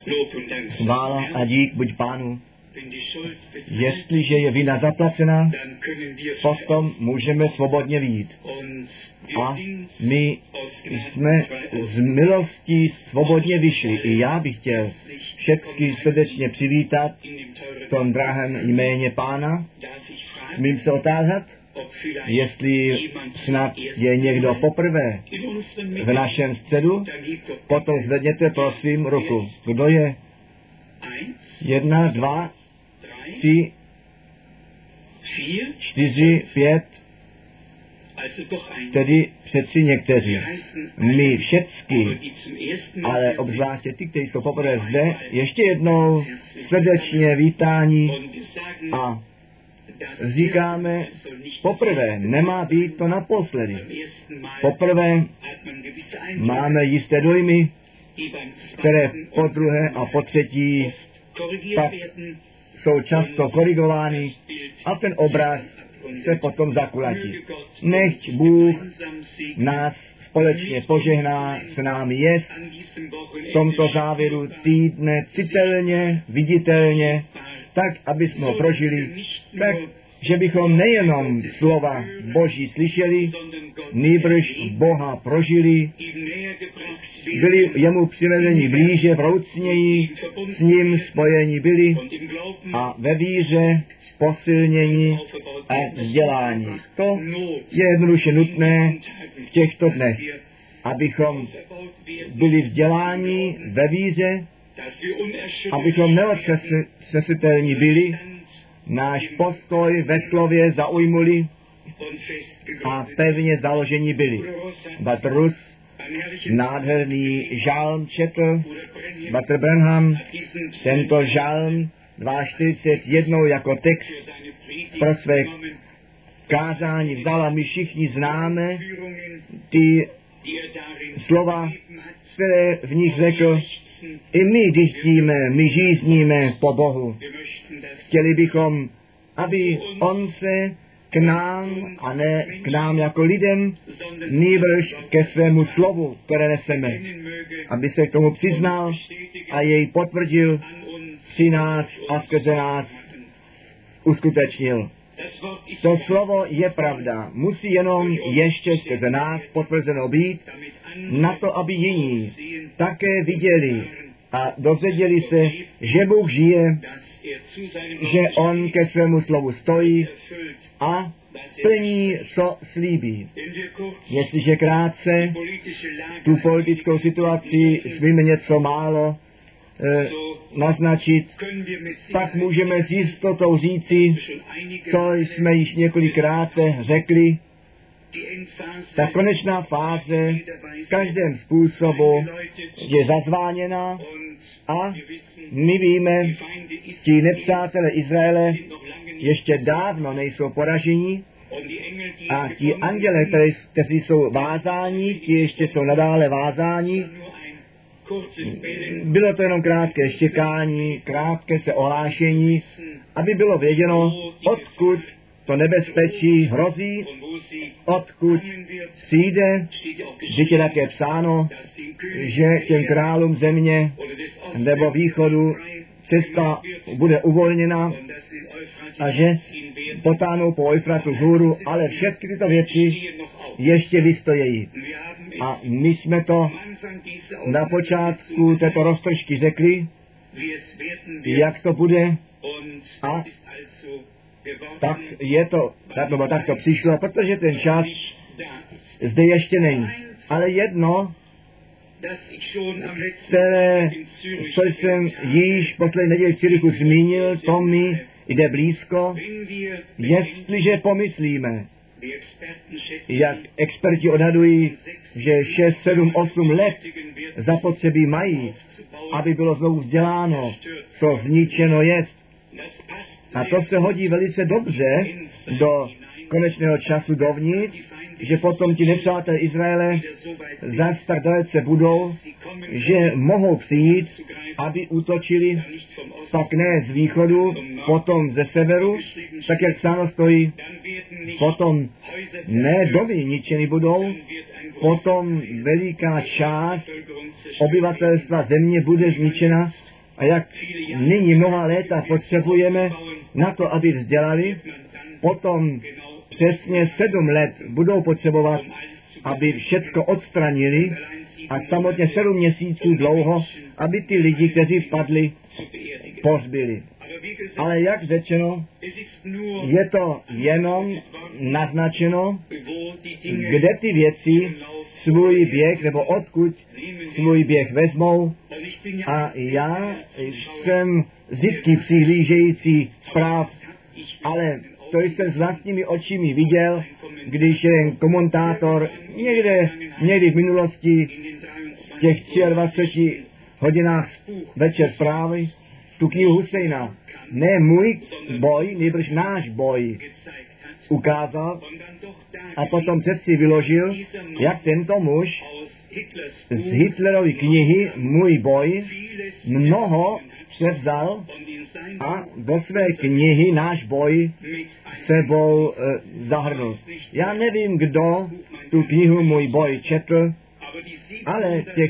Chvála a dík buď Pánu. Jestliže je vina zaplacena, potom můžeme svobodně vyjít. A my jsme z milostí svobodně vyšli. I já bych chtěl všechny srdečně přivítat v tom drahém jméně Pána. Smím se otázat, jestli snad je někdo poprvé v našem středu, potom zvedněte prosím ruku. Kdo je? 1, 2, 3, 4, 5, tedy přeci někteří. My všecky, ale obzvláště ty, kteří jsou poprvé zde, ještě jednou srdečně vítání a říkáme, poprvé, nemá být to naposledy. Poprvé máme jisté dojmy, které po druhé a po třetí pak jsou často korigovány a ten obraz se potom zakulatí. Nechť Bůh nás společně požehná, s námi jest v tomto závěru týdne citelně, viditelně, tak, aby jsme ho prožili, tak, že bychom nejenom slova Boží slyšeli, nýbrž Boha prožili, byli jemu přivedeni blíže, vroucněji, s ním spojeni byli a ve víře posilnění a vzdělání. To je jednoduše nutné v těchto dnech, abychom byli vzděláni ve víře, abychom neotřesitelní byli, náš postoj ve slově zaujmuli a pevně založení byli. Bratr Rus nádherný žalm četl, Bratr Branham tento žalm 42 jako text pro své kázání vzal a my všichni známe ty slova, které v nich řekl. I my dychtíme, my žízníme po Bohu. Chtěli bychom, aby on se k nám, a ne k nám jako lidem, nýbrž ke svému slovu, které neseme, aby se k tomu přiznal a jej potvrdil při nás a skrze nás uskutečnil. To slovo je pravda. Musí jenom ještě skrze nás potvrzeno být, na to, aby jiní také viděli a dozvěděli se, že Bůh žije, že on ke svému slovu stojí a plní, co slíbí. Jestliže krátce tu politickou situaci smíme něco málo naznačit, pak můžeme s jistotou říci, co jsme již několikrát řekli, ta konečná fáze v každém způsobu je zazváněna a my víme, ti nepřátelé Izraele ještě dávno nejsou poraženi a ti anděle, kteří jsou vázáni, ti ještě jsou nadále vázáni. Bylo to jenom krátké štěkání, krátké se ohlášení, aby bylo věděno, odkud to nebezpečí hrozí, odkud přijde, vždyť je také psáno, že těm králům země nebo východu cesta bude uvolněna a že potáhnou po Eufratu vzhůru, ale všechny tyto věci ještě vystojí. A my jsme to na počátku této roztržky řekli, jak to bude a tak je to, tak to přišlo, protože ten čas zde ještě není. Ale jedno, co jsem již poslední neděli v Cirichu zmínil, to mi jde blízko, jestliže pomyslíme, jak experti odhadují, že 6, 7, 8 let zapotřebí mají, aby bylo znovu vzděláno, co zničeno jest. A to se hodí velice dobře do konečného času dovnitř, že potom ti nepřátelé Izraele zas tak dalece budou, že mohou přijít, aby útočili, pak ne z východu, potom ze severu, tak jak psáno stojí, potom ne domy ničeny budou, potom veliká část obyvatelstva země bude zničena a jak nyní mnoha léta potřebujeme na to, aby vzdělali, potom přesně 7 let budou potřebovat, aby všecko odstranili a samotně 7 měsíců dlouho, aby ty lidi, kteří vpadli, pohřbili. Ale jak řečeno, je to jenom naznačeno, kde ty věci svůj běh, nebo odkud svůj běh vezmou. A já jsem vždycky přihlížející zpráv, ale to jsem s vlastními očimi viděl, když jeden komentátor někdy v minulosti v těch 23 hodinách večer zprávy tu knihu Husejna, ne můj boj, nýbrž náš boj, ukázal a potom přesně vyložil, jak tento muž z Hitlerovy knihy Můj boj mnoho převzal a do své knihy Náš boj sebou zahrnul. Já nevím, kdo tu knihu Můj boj četl, ale těch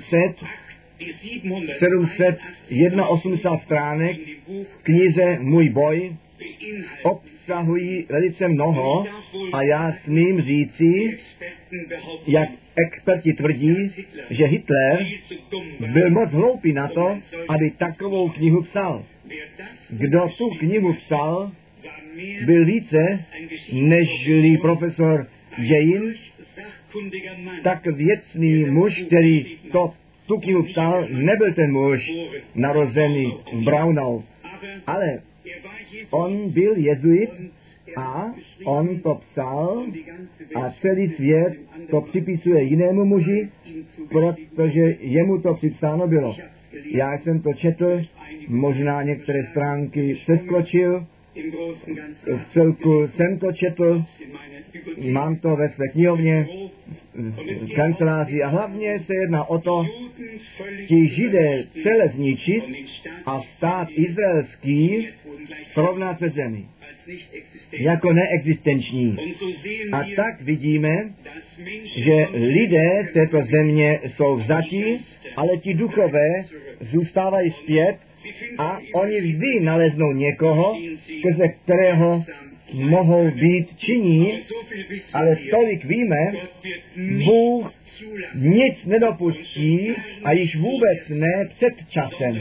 781 stránek v knize Můj boj obsahují velice mnoho a já smím říci, jak experti tvrdí, že Hitler byl moc hloupý na to, aby takovou knihu psal. Kdo tu knihu psal, byl více nežli profesor dějin, tak věcný muž, který tu knihu psal, nebyl ten muž narozený v Braunau, ale on byl jezuit a on to psal a celý svět to připisuje jinému muži, protože jemu to připsáno bylo. Já jsem to četl, možná některé stránky přeskočil, v celku jsem to četl, mám to ve své knihovně, v kanceláři a hlavně se jedná o to, ti Židé celé zničit a stát izraelský srovnat se zemi jako neexistenční. A tak vidíme, že lidé z této země jsou vzatí, ale ti duchové zůstávají zpět a oni vždy naleznou někoho, skrze kterého mohou být činní, ale tolik víme, Bůh nic nedopustí a již vůbec ne před časem.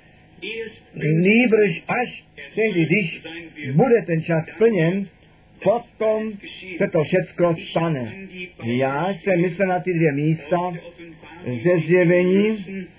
Nýbrž až tehdy, když bude ten čas splněn, potom se to všecko stane. Já jsem myslel na ty 2 místa ze Zjevení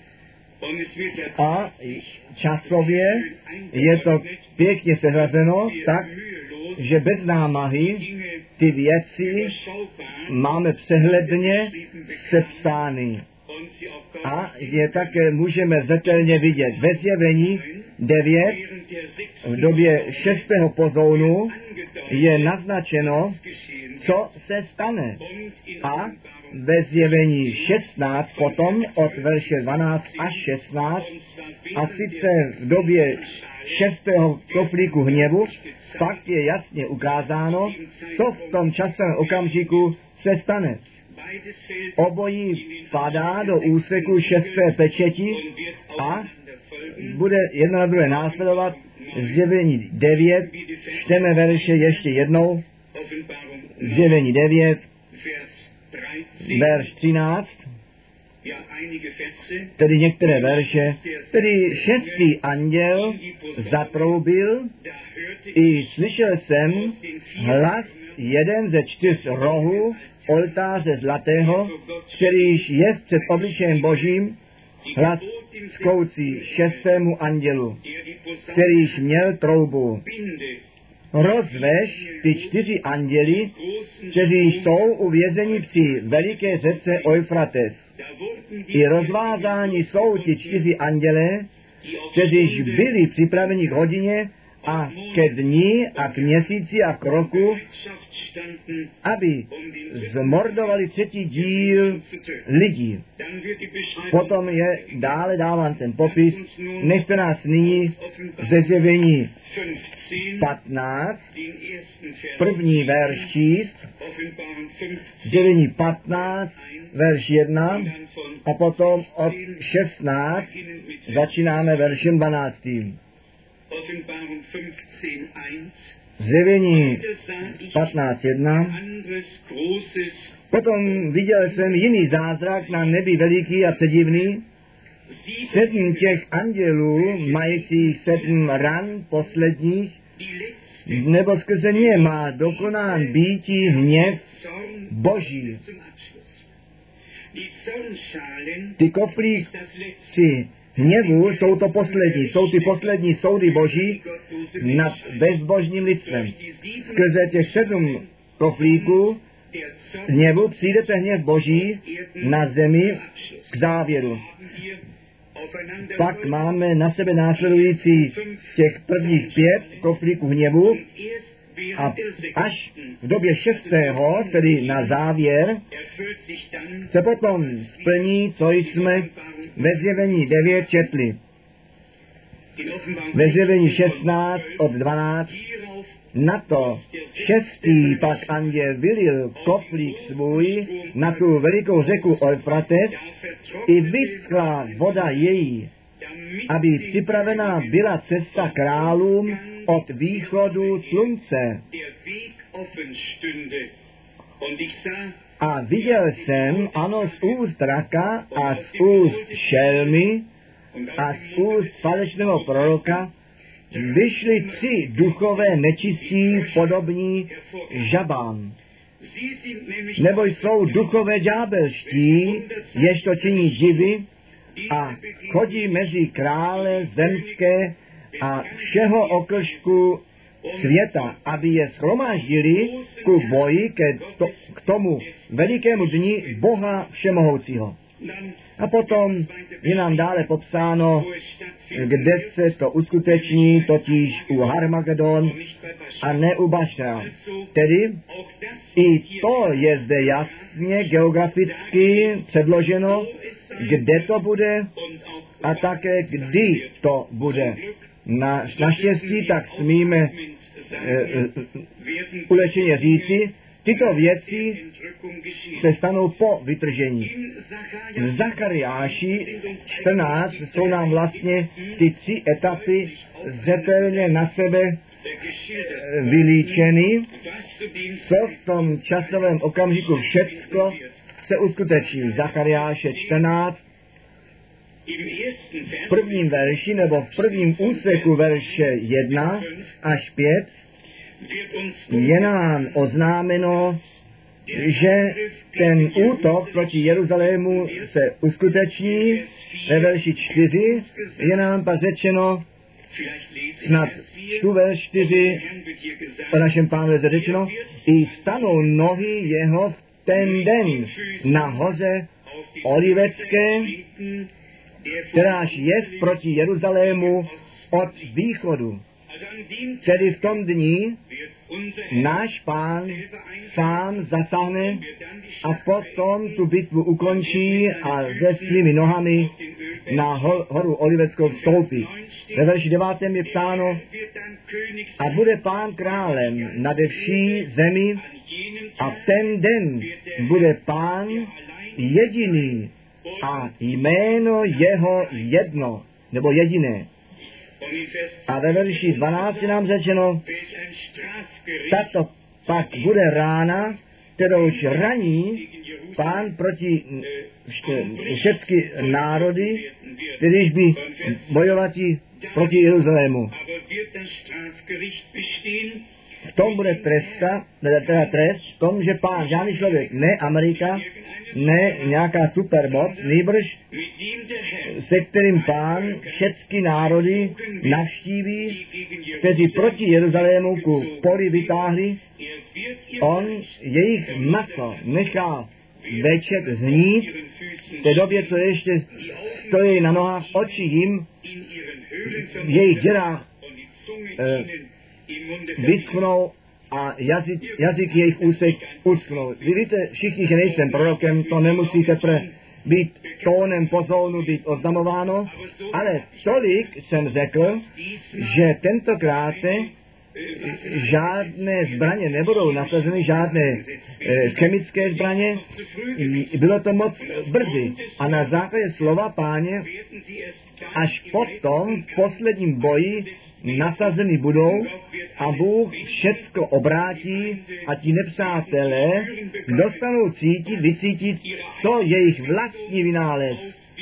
a časově je to pěkně seřazeno tak, že bez námahy ty věci máme přehledně sepsány. A je také můžeme zřetelně vidět ve Zjevení 9, v době 6. pozounu je naznačeno, co se stane. A ve Zjevení 16 potom od verše 12 až 16, a sice v době 6. toflíku hněvu, pak je jasně ukázáno, co v tom časovém okamžiku se stane. Obojí padá do úseku 6. pečeti a bude jedno na druhé následovat. Zjevení 9, čteme verše ještě jednou. Zjevení 9, verš 13, tedy některé verše, tedy 6. anděl zatroubil, i slyšel jsem hlas jeden ze 4 rohů oltáře zlatého, kterýž je před obličejem Božím, hlas zkoucí 6. andělu, kterýž měl troubu. Rozvež ty 4 anděli, kteří jsou uvězeni při veliké řece Eufrates. I rozvázáni jsou ti 4 andělé, kteříž byli připraveni k hodině a ke dni a k měsíci a k roku, aby zmordovali třetí díl lidí. Potom je dále dáván ten popis. Nechte nás nyní ze Zjevení 15, první verš číst, Zjevení 15, verš 1, a potom od 16 začínáme veršem 12. Zjevení 15.1. Potom viděl jsem jiný zázrak na nebi veliký a předivný. 7 těch andělů, majících 7 ran posledních, nebo skrze ně má dokonán býtí hněv Boží. Ty koflíci hněvu jsou to poslední, jsou ty poslední soudy Boží nad bezbožným lidstvem. Skrze těch 7 koflíků hněvu přijdete hněv Boží na zemi k závěru. Pak máme na sebe následující těch prvních 5 koflíků hněvu a až v době 6., tedy na závěr, se potom splní, co jsme ve Zjevení 9 četli. Ve Zjevení 16 od 12. Na to 6. pak anděl vylil koflík svůj na tu velikou řeku Eufrates i vyschla voda její, aby připravená byla cesta králům od východu slunce. A viděl jsem, ano, z úst draka a z úst šelmy a z úst falešného proroka vyšly 3 duchové nečistí podobní žabám. Nebo jsou duchové ďábelští, jež to činí divy a chodí mezi krále zemské a všeho oklšku světa, aby je shromáždili ku boji k tomu velikému dni Boha Všemohoucího. A potom je nám dále popsáno, kde se to uskuteční, totiž u Harmagedon a ne u Bašra. Tedy i to je zde jasně geograficky předloženo, kde to bude a také kdy to bude. Naštěstí tak smíme ulečeně říci, tyto věci se stanou po vytržení. V Zachariáši 14 jsou nám vlastně ty 3 etapy zřetelně na sebe vylíčeny, co v tom časovém okamžiku všecko se uskuteční. Zachariáše 14, v prvním verši nebo v prvním úseku verše 1 až 5 je nám oznámeno, že ten útok proti Jeruzalému se uskuteční. Ve verši 4 je nám pak řečeno, snad čtu verš 4, o našem Pánu je řečeno, i stanou nohy jeho v ten den na hoře Olivecké, kteráž jest proti Jeruzalému od východu. Tedy v tom dni náš Pán sám zasáhne a potom tu bitvu ukončí a se svými nohami na horu Oliveckou vstoupí. Ve verši 9 je psáno, a bude Pán králem nade vší zemi a v ten den bude Pán jediný a jméno jeho jedno, nebo jediné. A ve verši 12 je nám řečeno, tato pak bude rána, kterouž raní Pán proti všechny národy, kteříž by bojovati proti Jeruzalému. V tom bude trest, v tom, že Pán, žádný člověk, ne Amerika, ne nějaká supermoc, nýbrž se kterým Pán všechny národy navštíví, kteří proti Jeruzalému ku poli vytáhli, on jejich maso nechá večet zhnít, v té době, co ještě stojí na nohách, oči jim v jejich děrách vyschnou a jazyk jejich úsek uschnou. Vy víte všichni, že nejsem prorokem, to nemusíte být tónem pozónu být oznamováno, ale tolik jsem řekl, že tentokrát žádné zbraně nebudou nasazeny, žádné chemické zbraně, bylo to moc brzy. A na základě slova Páně až potom v posledním boji nasazeny budou a Bůh všecko obrátí a ti nepřátelé dostanou vycítit, co jejich vlastní vynález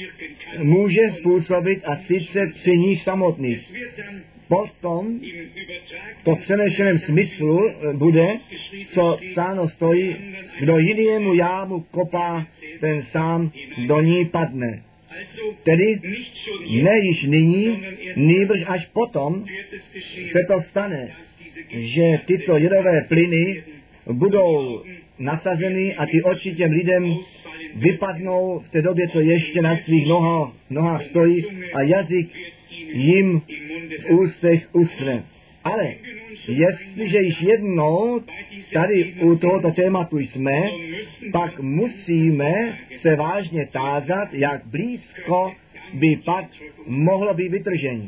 může způsobit a sice při nich samotných. Potom to v přenešeném smyslu bude, co psáno stojí, kdo jinému jámu kopá, ten sám do ní padne. Tedy ne již nyní, nýbrž až potom se to stane, že tyto jedové plyny budou nasazeny a ty oči těm lidem vypadnou v té době, co ještě na svých nohách stojí a jazyk jim v ústech uschne. Ale jestliže již jednou tady u tohoto tématu jsme, pak musíme se vážně tázat, jak blízko by pak mohlo být vytržení.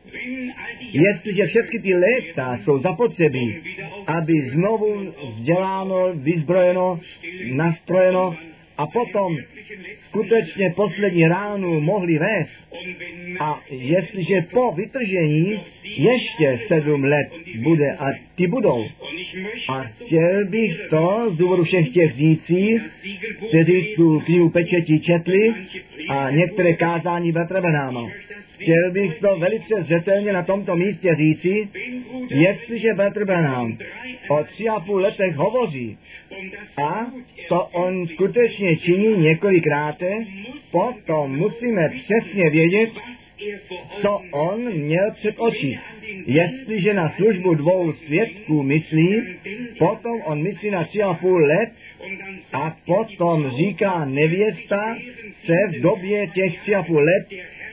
Jestliže všechny ty léta jsou zapotřebí, aby znovu vzděláno, vyzbrojeno, nastrojeno a potom skutečně poslední ránu mohli vést. A jestliže po vytržení ještě 7 let bude a ty budou. A chtěl bych to z důvodu všech těch řící, kteří tu knihu pečetí četli a některé kázání bratra Branhama. Chtěl bych to velice zřetelně na tomto místě říci, jestliže bratr Branham o 3,5 letech hovoří a to on skutečně činí několikrát, potom musíme přesně vědět, co on měl před očí. Jestliže na službu 2 svědků myslí, potom on myslí na 3,5 let a potom říká nevěsta se v době těch 3,5 let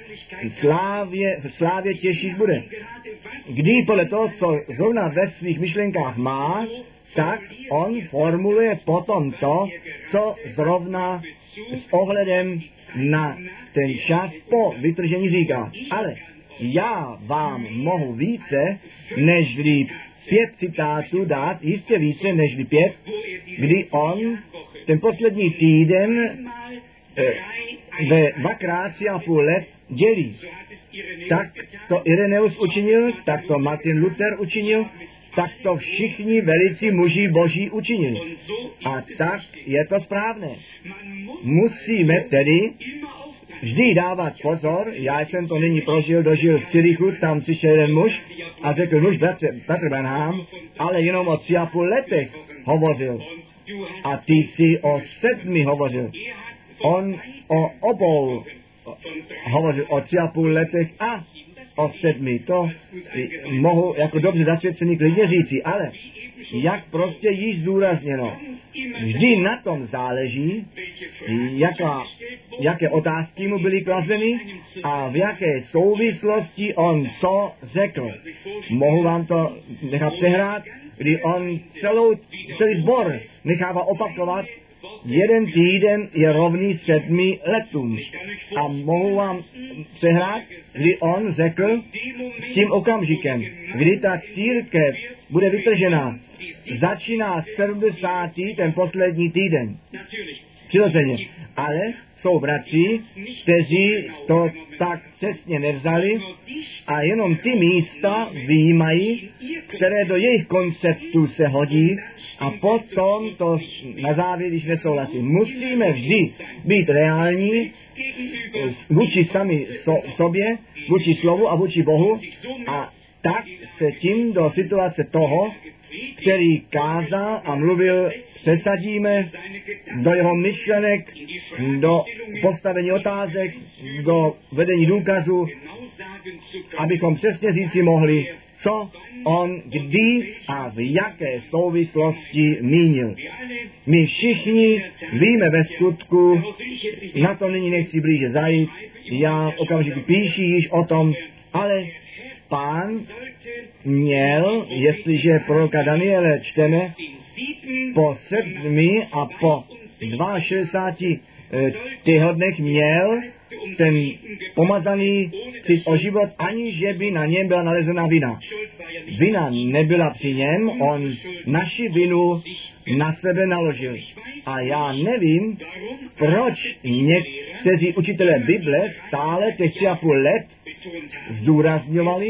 v slávě těšit bude. Kdy podle toho, co zrovna ve svých myšlenkách má, tak on formuluje potom to, co zrovna s ohledem na ten čas po vytržení říká. Ale já vám mohu více, nežli 5 citátů dát, jistě více nežli 5, kdy on ten poslední týden ve 2x 3,5 let dělí. Tak to Ireneus učinil, tak to Martin Luther učinil, tak to všichni velicí muži boží učinili. A tak je to správné. Musíme tedy vždy dávat pozor. Já jsem to nyní dožil v Cirichu, tam přišel jeden muž a řekl, muž bratr Branham, ale jenom o 3,5 letech hovořil. A ty jsi o 7 hovořil. On o obou hovořil o 3,5 letech a o 7. To mohu jako dobře zasvěcený klidně říci, ale jak prostě již zdůrazněno, vždy na tom záleží, jaké otázky mu byly kladeny a v jaké souvislosti on co řekl. Mohu vám to nechat přehrát, kdy on celý sbor nechává opakovat, 1 týden je rovný 7 letům. A mohu vám přehrát, kdy on řekl s tím okamžikem, kdy ta církev bude vytržená, začíná 70. ten poslední týden. Přirozeně. Ale jsou bratři, kteří to tak přesně nevzali a jenom ty místa vyjímají, které do jejich konceptu se hodí a potom to na závěr, když nesouhlasí. Musíme vždy být reální vůči sami sobě, vůči slovu a vůči Bohu a tak se tím do situace toho, který kázal a mluvil, přesadíme do jeho myšlenek, do postavení otázek, do vedení důkazů, abychom přesně říci mohli, co on kdy a v jaké souvislosti mínil. My všichni víme ve skutku, na to nyní nechci blíže zajít, já okamžitě píši již o tom, ale Pán měl, jestliže proroka Daniele čteme, po 7 a po 62 týdnech měl ten pomazaný přijít o život, aniž by na něm byla nalezena vina. Vina nebyla při něm, on naši vinu na sebe naložil. A já nevím, proč někteří učitelé Bible stále těch 3,5 let zdůrazňovali,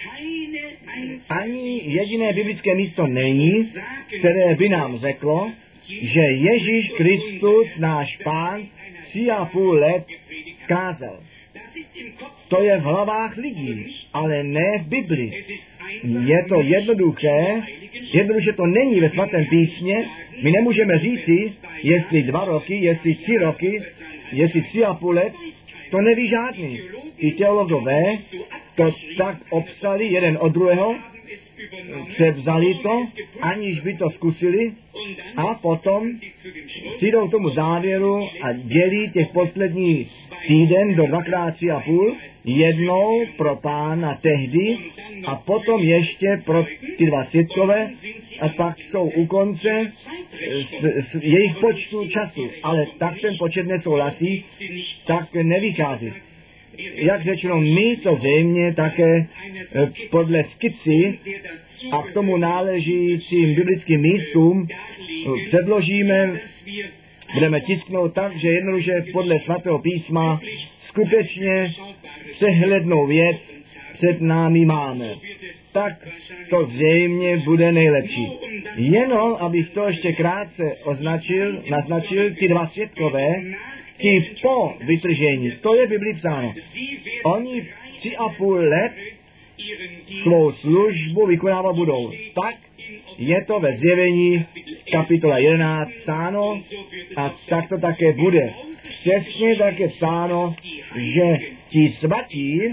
ani jediné biblické místo není, které by nám řeklo, že Ježíš Kristus, náš Pán, 3,5 let kázal. To je v hlavách lidí, ale ne v Bibli. Je to jednoduše to není ve svatém písmě. My nemůžeme říci, jestli 2 roky, jestli 3 roky, jestli 3,5 let, to neví žádný. Ty teologové to tak obsali jeden od druhého, převzali to, aniž by to zkusili, a potom přijdou k tomu závěru a dělí těch poslední týden do 2x3,5, jednou pro Pána tehdy a potom ještě pro ty 2 svědkové, a pak jsou u konce s jejich počtu času, ale tak ten počet nesouhlasí, tak nevychází. Jak řečeno, my to zřejmě také podle skici a k tomu náležícím biblickým místům předložíme, budeme tisknout tak, že jednoduše podle svatého písma skutečně přehlednou věc před námi máme. Tak to zřejmě bude nejlepší. Jenom, abych to ještě krátce naznačil, ty 2 svědkové, ti po vytržení, to je v Biblii psáno. Oni 3,5 let svou službu vykonávat budou. Tak je to ve Zjevení kapitola 11 psáno a tak to také bude. Přesně tak je psáno, že ti svatí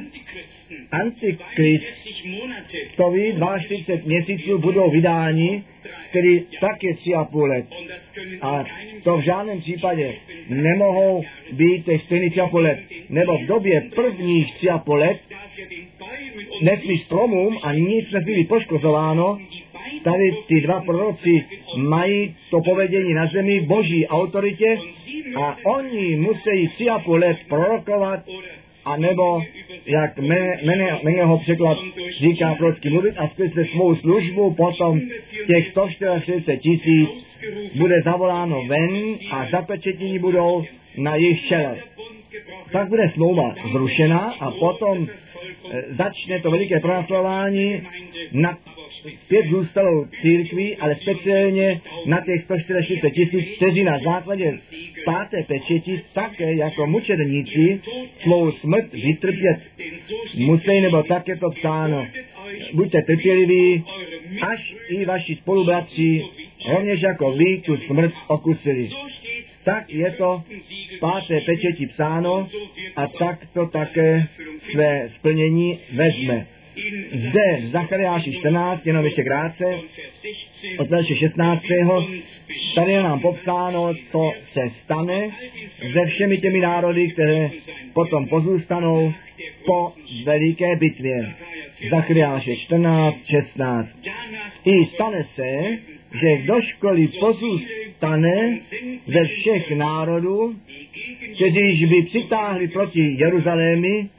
Antikristovi 42 měsíců budou vydáni, který tak je 3,5 let. A to v žádném případě nemohou být těch stejných 3,5 let. Nebo v době prvních 3,5 let nesmí stromům a nic nesmí být poškozováno. Tady ty 2 proroci mají to povedení na zemi boží autoritě a oni musí 3,5 let prorokovat, a nebo, jak Mengeho překlad říká, prorocky mluvit a skrze svou službu potom těch 144 000 bude zavoláno ven a zapečetění budou na jejich čele. Tak bude smlouva zrušena a potom začne to veliké pronásledování na 5 zůstalou církví, ale speciálně na těch 144 000, kteří na základě 5. pečeti také jako mučedníci svou smrt vytrpět musí, nebo tak je to psáno. Buďte trpěliví, až i vaši spolubratři, rovněž jako vy tu smrt okusili. Tak je to v 5. pečeti psáno a tak to také své splnění vezme. Zde v Zachariáši 14, jenom ještě krátce, od verše 16. tady je nám popsáno, co se stane se všemi těmi národy, které potom pozůstanou po veliké bitvě. Zachariáše 14, 16. I stane se, že kdožkoliv pozůstane ze všech národů, kteříž by přitáhli proti Jeruzalémi,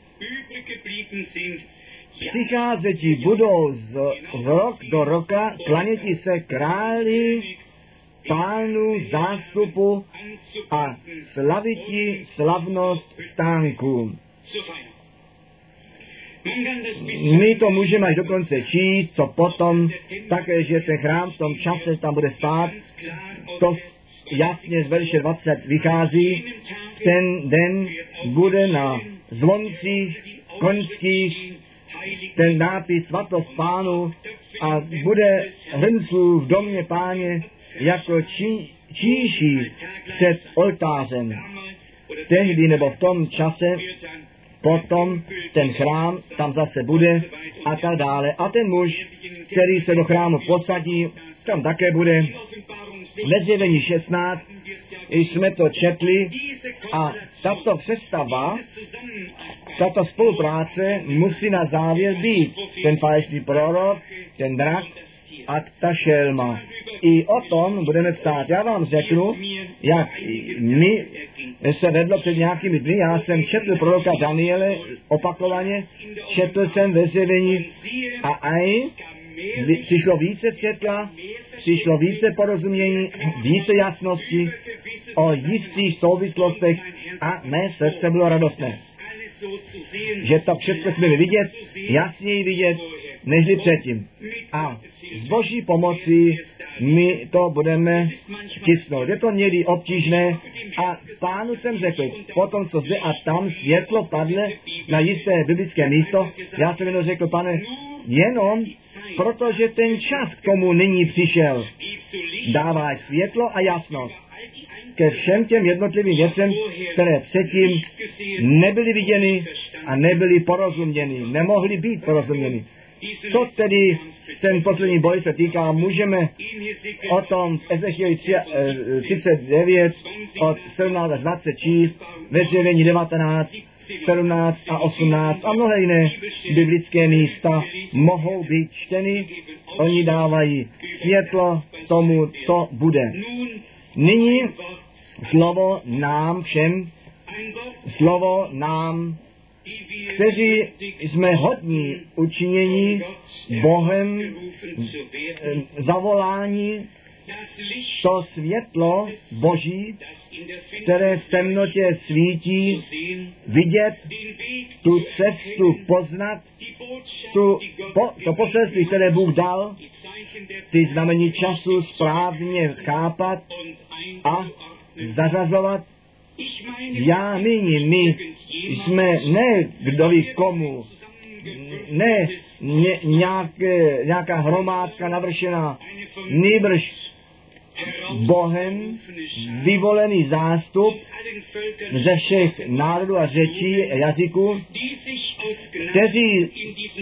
přicházeti budou z rok do roka, klaněti se králi, Pánu zástupu a slaviti slavnost stánků. My to můžeme až dokonce číst, co potom, také, že ten chrám v tom čase tam bude stát, to jasně z verše 20 vychází, ten den bude na zvoncích koňských ten nápis svatost Pánu a bude hrnců v domě Páně jako číší před oltářem. Tehdy nebo v tom čase potom ten chrám tam zase bude a tak dále. A ten muž, který se do chrámu posadí, tam také bude. Ve Zjevení 16 jsme to četli a tato představa tato spolupráce musí na závěr být. Ten falešný prorok, ten drak a ta šelma. I o tom budeme psát. Já vám řeknu, jak mi se vedlo před nějakými dny. Já jsem četl proroka Daniele opakovaně, četl jsem ve zjevení a aj přišlo více světla, přišlo více porozumění, více jasnosti o jistých souvislostech a mé srdce bylo radostné. Že to všechno jsme vidět, jasněji vidět, nežli předtím. A s Boží pomocí my to budeme tisknout. Je to někdy obtížné a Pánu jsem řekl, potom co zde a tam světlo padne na jisté biblické místo, já jsem jenom řekl, Pane, jenom protože ten čas k tomu nyní přišel. Dávaj světlo a jasnost ke všem těm jednotlivým věcem, které předtím nebyly viděny a nebyly porozuměny, nemohly být porozuměny. Co tedy ten poslední boj se týká, můžeme o tom v Ezechieli 39 od 17 až 20 číst, ve zjevení 19, 17 a 18 a mnohé jiné biblické místa mohou být čteny. Oni dávají světlo tomu, co bude. Nyní slovo nám všem, slovo nám, kteří jsme hodní učinění Bohem zavolání, to světlo Boží, které v temnotě svítí, vidět, tu cestu poznat, to poselství, které Bůh dal, ty znamení času správně chápat a zařazovat. Já míním, my jsme ne kdo ví komu, ne nějaká hromádka navršená, nýbrž Bohem vyvolený zástup ze všech národů a řečí a jazyků, kteří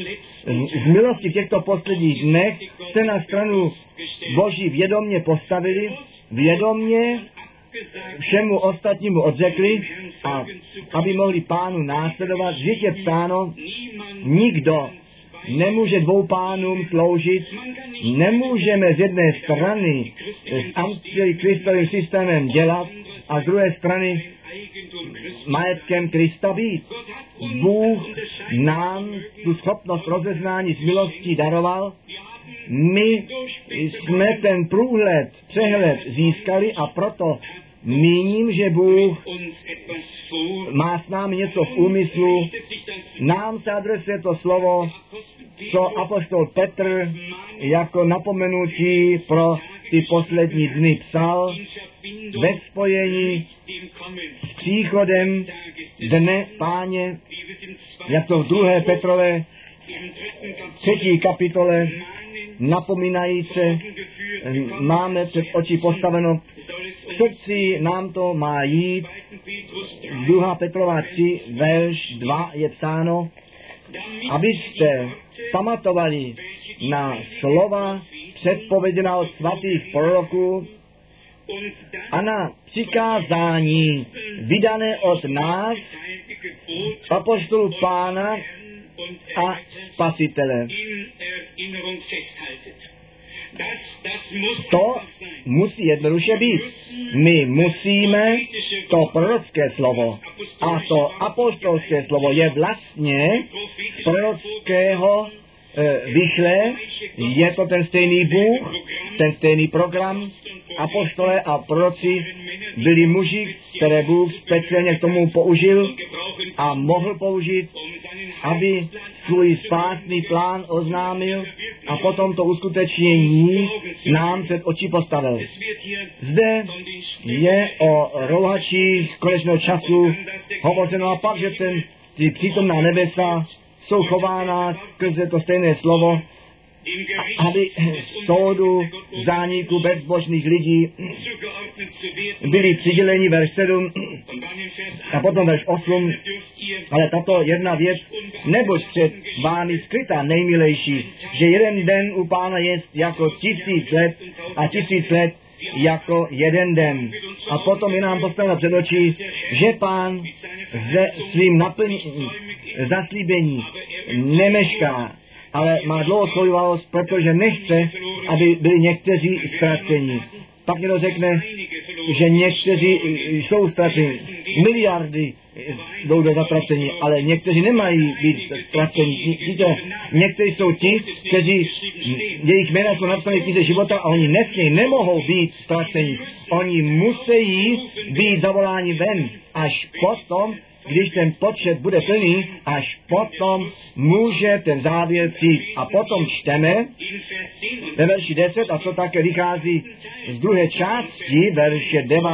z milosti v těchto posledních dnech se na stranu Boží vědomně postavili, vědomně všemu ostatnímu odřekli a aby mohli Pánu následovat. Vždyť je psáno, nikdo nemůže dvou pánům sloužit, nemůžeme z jedné strany s antikristovým systémem dělat a z druhé strany majetkem Krista být. Bůh nám tu schopnost rozeznání z milostí daroval. My jsme ten přehled získali a proto míním, že Bůh má s námi něco v úmyslu. Nám se adresuje to slovo, co apoštol Petr jako napomenutí pro ty poslední dny psal ve spojení s příchodem dne Páně, jak to v 2. Petrové 3. kapitole napomínajíce máme před oči postaveno. V srdci nám to má jít. 2. Petrova 3, verš 2 je psáno, abyste pamatovali na slova předpověděná od svatých proroků a na přikázání vydané od nás, apoštolů Pána a Spasitele. To musí jednoduše být. My musíme to prorocké slovo a to apoštolské slovo je vlastně z prorockého vyšlé, je to ten stejný Bůh, ten stejný program. Apoštole a proroci byli muži, které Bůh speciálně k tomu použil a mohl použít, aby svůj spásný plán oznámil a potom to uskutečnění nám před oči postavil. Zde je o rouhačích konečného času hovořeno a pak, že ty přítomná nebesa jsou chována skrze to stejné slovo, aby soudu zániku bezbožných lidí byli přiděleni verš 7 a potom verš 8, ale tato jedna věc, neboť před vámi skrytá nejmilejší, že jeden den u Pána jest jako 1000 let a 1000 let jako jeden den. A potom je nám postaveno před oči, že Pán se svým zaslíbení nemešká, ale má dlouhoschovivalost, protože nechce, aby byli někteří ztraceni. Pak někdo řekne, že někteří jsou ztraceni, miliardy jdou do zatracení, ale někteří nemají být ztraceni. Víte, někteří jsou ti, kteří, jejich jména jsou napsané v knize života a oni nesmějí, nemohou být ztraceni. Oni musí být zavoláni ven, až potom, když ten počet bude plný, až potom může ten závěr přijít. A potom čteme ve verši 10, a to také vychází z druhé části verše 9.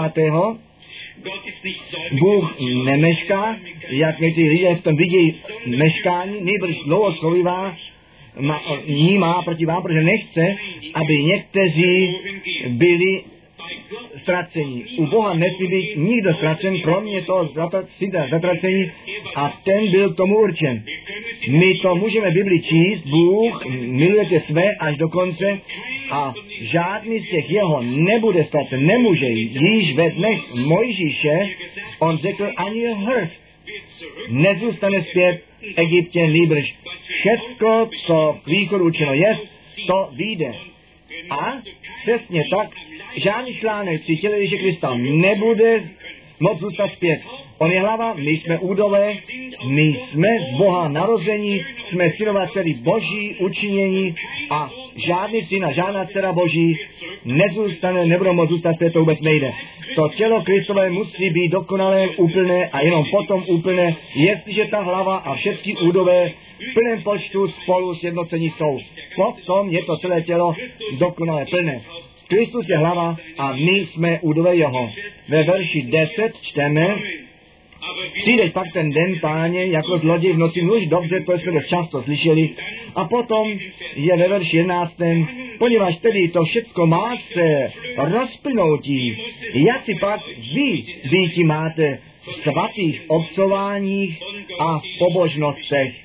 Bůh nemešká, jak někteří lidé v tom vidějí meškání, nejbrž dlouhoschovivá má proti vám, protože nechce, aby někteří byli ztracení. U Boha nesmí být nikdo ztracen, kromě toho zatracení, a ten byl tomu určen. My to můžeme v Biblii číst, Bůh milujete své až do konce a žádný z těch jeho nebude ztracen, nemůže jít. Již ve dnech Mojžíše on řekl, ani hrst nezůstane zpět v Egyptě, nýbrž všecko, co k východu učeno je, to vyjde. A přesně tak, žádný článek při těle Ježíše Krista nebude moc zůstat zpět. On je hlava, my jsme údové, my jsme z Boha narození, jsme synové dcery Boží učinění a žádný syn a žádná dcera Boží nezůstane, nebudou moc zůstat zpět, to vůbec nejde. To tělo Kristové musí být dokonalé, úplné a jenom potom úplné, jestliže ta hlava a všechny údové v plném počtu spolu sjednocení jsou. Potom je to celé tělo dokonale plné. Kristus je hlava a my jsme údové jeho. Ve verši 10 čteme, přijde pak ten den, Páně, jako zloděj v noci, už dobře, to jsme dost často slyšeli. A potom je ve verši 11, poněvadž tedy to všecko má se rozplynoutí, jak si pak vy býti máte v svatých obcováních a v pobožnostech,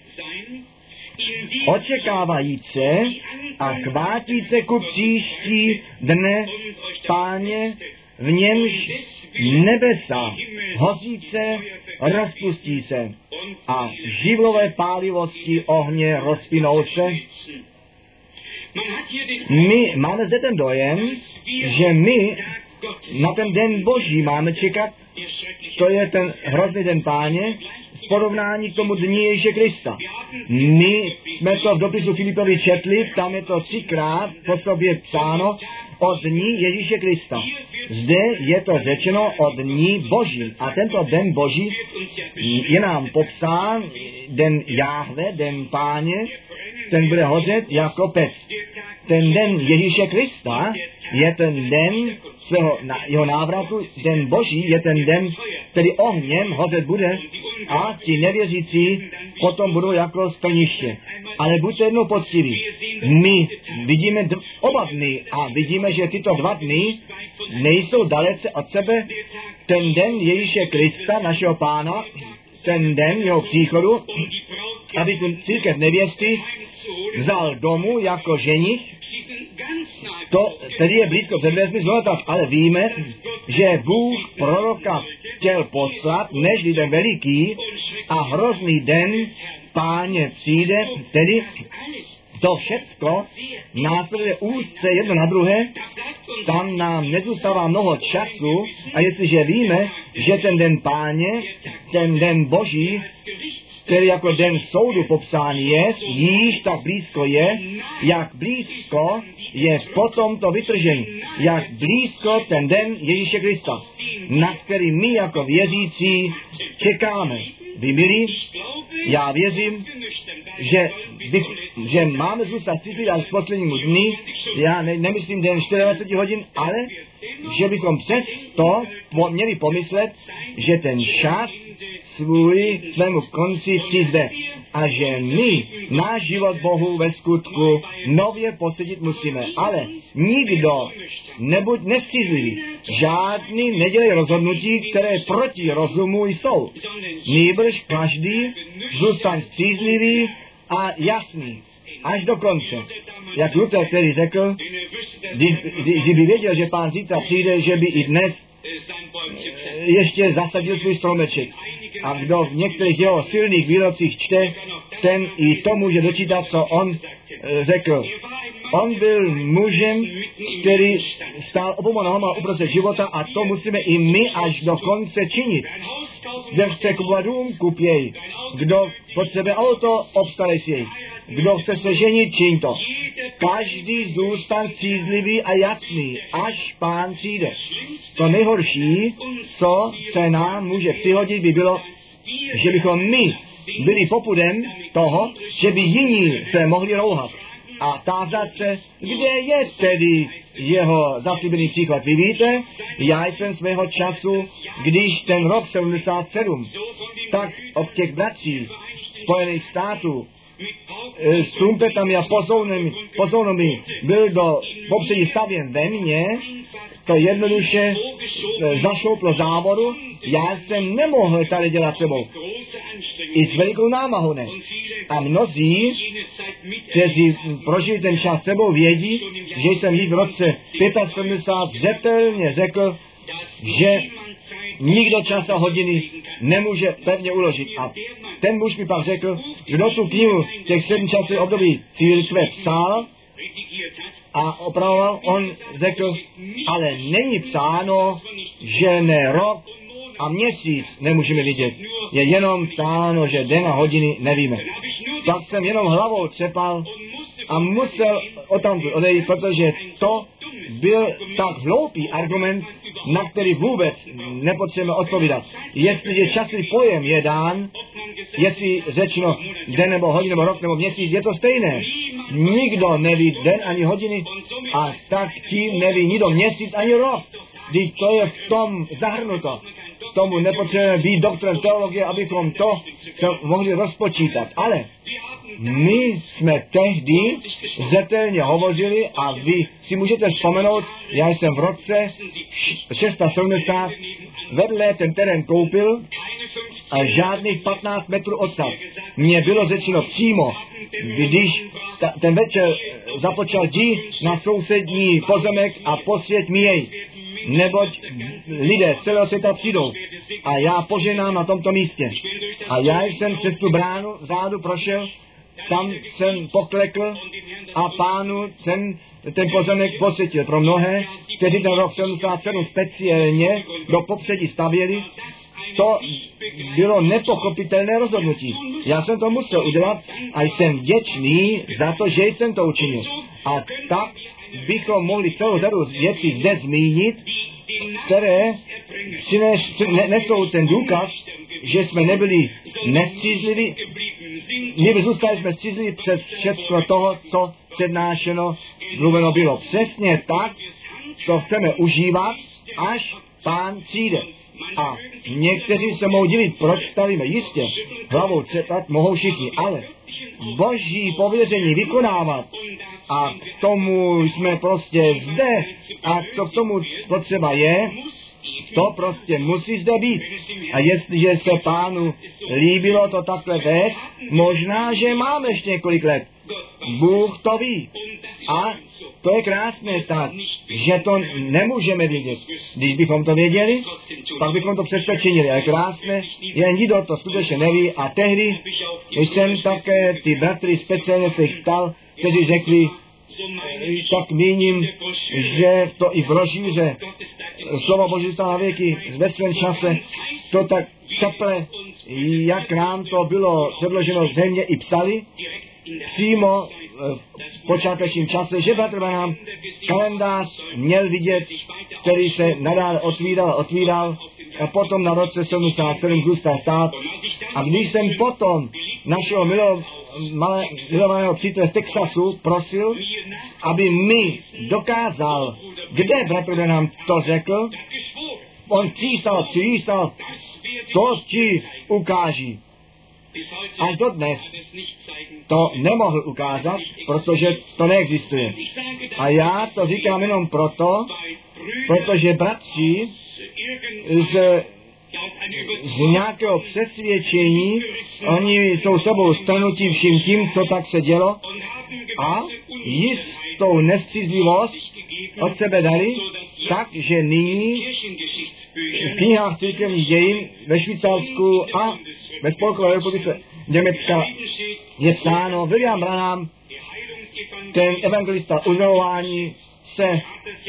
očekávajíce a chvátíce ku příští dne, Páně, v němž nebesa hozíce rozpustí se a živlové pálivosti ohně rozplynou se. My máme zde ten dojem, že my na ten den Boží máme čekat, to je ten hrozný den Páně, v porovnání k tomu dní Ježíše Krista. My jsme to v dopisu Filipovi četli, tam je to 3krát po sobě psáno o dní Ježíše Krista. Zde je to řečeno o dní Boží. A tento den Boží je nám popsán, den Jáhve, den Páně, ten bude hořet jako pec. Ten den Ježíše Krista je ten den jeho návratu, den Boží je ten den, který ohněm hořet bude a ti nevěřící potom budou jako strniště. Ale buďte jednou poctiví. My vidíme oba dny a vidíme, že tyto 2 dny nejsou dalece od sebe. Ten den Ježíše Krista, našeho Pána, ten den jeho příchodu, aby tu církev nevěsty vzal domů jako ženich, to tedy je blízko před dveřmi, ale víme, že Bůh proroka chtěl poslat, než den veliký a hrozný den Páně přijde, tedy to všecko následuje úzce jedno na druhé, tam nám nezůstává mnoho času a jestliže víme, že ten den Páně, ten den Boží, který jako den soudu popsán je, již tak blízko je, jak blízko je potom to vytržení, jak blízko ten den Ježíše Krista, na který my jako věřící čekáme. Vy milí, já věřím, že máme zůstat citlivý až k poslednímu dni, já nemyslím den 24 hodin, ale že bychom přesto měli pomyslet, že ten čas svému konci přijde a že my náš život Bohu ve skutku nově posvětit musíme. Ale nikdo nebuď nevstřízlivý. Žádný nedělej rozhodnutí, které proti rozumu jsou. Nýbrž každý zůstaň střízlivý a jasný. Až do konce. Jak Luther, který řekl, kdyby věděl, že Pán zítra přijde, že by i dnes ještě zasadil svůj stromeček. A kdo v některých jeho silných výrocích čte, ten i to může dočítat, co on řekl. On byl mužem, který stál oboma nohama uprostřed života a to musíme i my až do konce činit. Kdo chce kupovat dům, kup jej. Kdo potřebuje auto, obstarej si jej. Kdo chce se ženit, čiň to. Každý zůstan střízlivý a jasný, až Pán přijde. To nejhorší, co se nám může přihodit, by bylo, že bychom my byli popudem toho, že by jiní se mohli rouhat a tázat se, kde je tedy jeho zaslíbený příklad. Vy víte, já jsem svého času, když ten rok 77, tak od těch bratří Spojených států s trumpetami a pozounami byl do popředí stavěn ve mně, to jednoduše zašouplo závodu, já jsem nemohl tady dělat sebou. I s velikou námahou ne. A mnozí, kteří prožili ten čas sebou, vědí, že jsem již v roce 75 zřetelně řekl, že nikdo čas a hodiny nemůže pevně uložit. A ten muž mi pak řekl, kdo tu knihu těch 7 časových období církve psal a opravoval, on řekl, ale není psáno, že ne rok a měsíc nemůžeme vidět. Je jenom psáno, že den a hodiny nevíme. Tak jsem jenom hlavou třepal a musel odtamtud odejít, protože to byl tak hloupý argument, na který vůbec nepotřebujeme odpovídat. Jestliže časový pojem je dán, jestli řečeno den nebo hodinu nebo rok nebo měsíc, je to stejné. Nikdo neví den ani hodiny a tak tím neví nikdo měsíc ani rok. Když to je v tom zahrnuto. Tomu nepotřebujeme být doktorem teologie, abychom to mohli rozpočítat. Ale my jsme tehdy zřetelně hovořili a vy si můžete vzpomenout, já jsem v roce 670 vedle ten terén koupil a žádných 15 metrů odsaď. Mně bylo řečeno přímo, když ten večer započal jdi na sousední pozemek a posvěť mi jej. Neboť lidé z celého světa přijdou a já poženám na tomto místě. A já jsem přes tu bránu vzadu prošel, tam jsem poklekl a Pánu jsem ten pozemek posvětil. Pro mnohé, kteří ten rok 77 speciálně do popředí stavěli, to bylo nepochopitelné rozhodnutí. Já jsem to musel udělat a jsem vděčný za to, že jsem to učinil. A tak bychom mohli celou řadu věcí zde zmínit, které nesou ten důkaz, že jsme nebyli nestřízliví, my zůstali jsme střízliví přes všechno toho, co přednášeno, mluveno bylo. Přesně tak, to chceme užívat, až Pán přijde. A někteří se mohou divit, proč stavíme. Jistě, hlavou třepat mohou všichni, ale Boží pověření vykonávat a k tomu jsme prostě zde a co k tomu potřeba je, to prostě musí zde být. A jestliže se Pánu líbilo to takhle vést, možná, že máme ještě několik let. Bůh to ví. A to je krásné tak, že to nemůžeme vědět. Když bychom to věděli, pak bychom to přesto činili. Ale krásné, jen nikdo to skutečně neví. A tehdy jsem také ty bratry speciálně se jich ptal, kteří řekli, tak míním, že to i v brožíře slovo Boží zůstalo na věky ve svém čase, to tak teple, jak nám to bylo předloženo zřejmě i psali, přímo v počátečním čase, že bratr Branham kalendář měl vidět, který se nadále otvíral a potom na roce 77 zůstal stát. A když jsem potom našeho milovaného přítele z Texasu prosil, aby mi dokázal, kde bratr Branham to řekl, on přísal, to ti ukáží. Až dodnes to nemohl ukázat, protože to neexistuje. A já to říkám jenom proto, protože bratři z nějakého přesvědčení, oni jsou sebou stranutí vším tím, co tak se dělo a jistou nestřízlivost od sebe dali, tak, že nyní v knihách církevních dějin ve Švýcarsku a ve Spolkové republice Německa je psáno, William Branham, ten evangelista uzdravování, se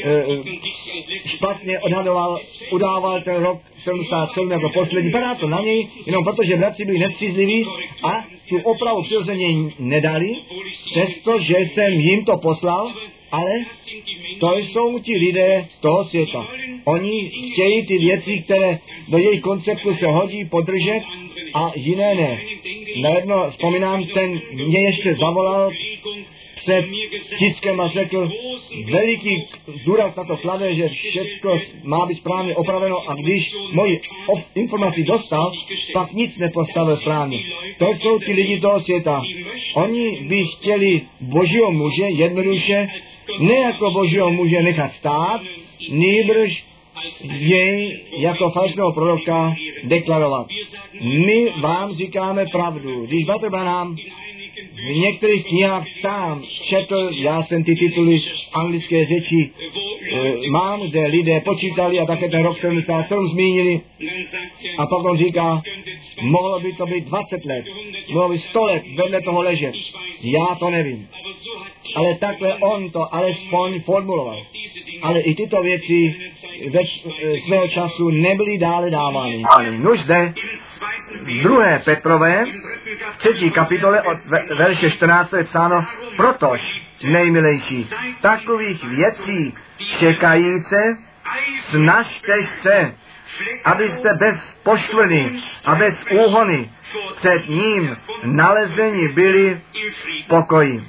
špatně odhadoval, udával ten rok 77 jako poslední. Padá to na něj, jenom protože bratři byli nevstřízliví a tu opravu přirozeně nedali, přestože jsem jim to poslal, ale to jsou ti lidé toho světa. Oni chtějí ty věci, které do jejich konceptu se hodí, podržet a jiné ne. Najednou vzpomínám, ten mě ještě zavolal před tiskem a řekl, veliký důraz na to klade, že všechno má být správně opraveno a když moji informaci dostal, pak nic nepostavil správně. To jsou ti lidi toho světa. Oni by chtěli Božího muže jednoduše, ne jako Božího muže nechat stát, nýbrž jej jako falešného proroka deklarovat. My vám říkáme pravdu. Když Bratr Branham v některých knihách sám četl, já jsem ty tituly anglické řeči mám, kde lidé počítali a také ten rok 77 zmínili a pak on říká, mohlo by to být 20 let, mohlo by 100 let vedle toho ležet. Já to nevím. Ale takhle on to alespoň formuloval. Ale i tyto věci ve svého času nebyly dále dávány. Nuž zde v 2. Petrové 3. kapitole od verše 14 je psáno, protož, nejmilejší, takových věcí čekajíce, snažte se, abyste bez poškvrny a bez úhony před ním nalezeni byli v pokoji.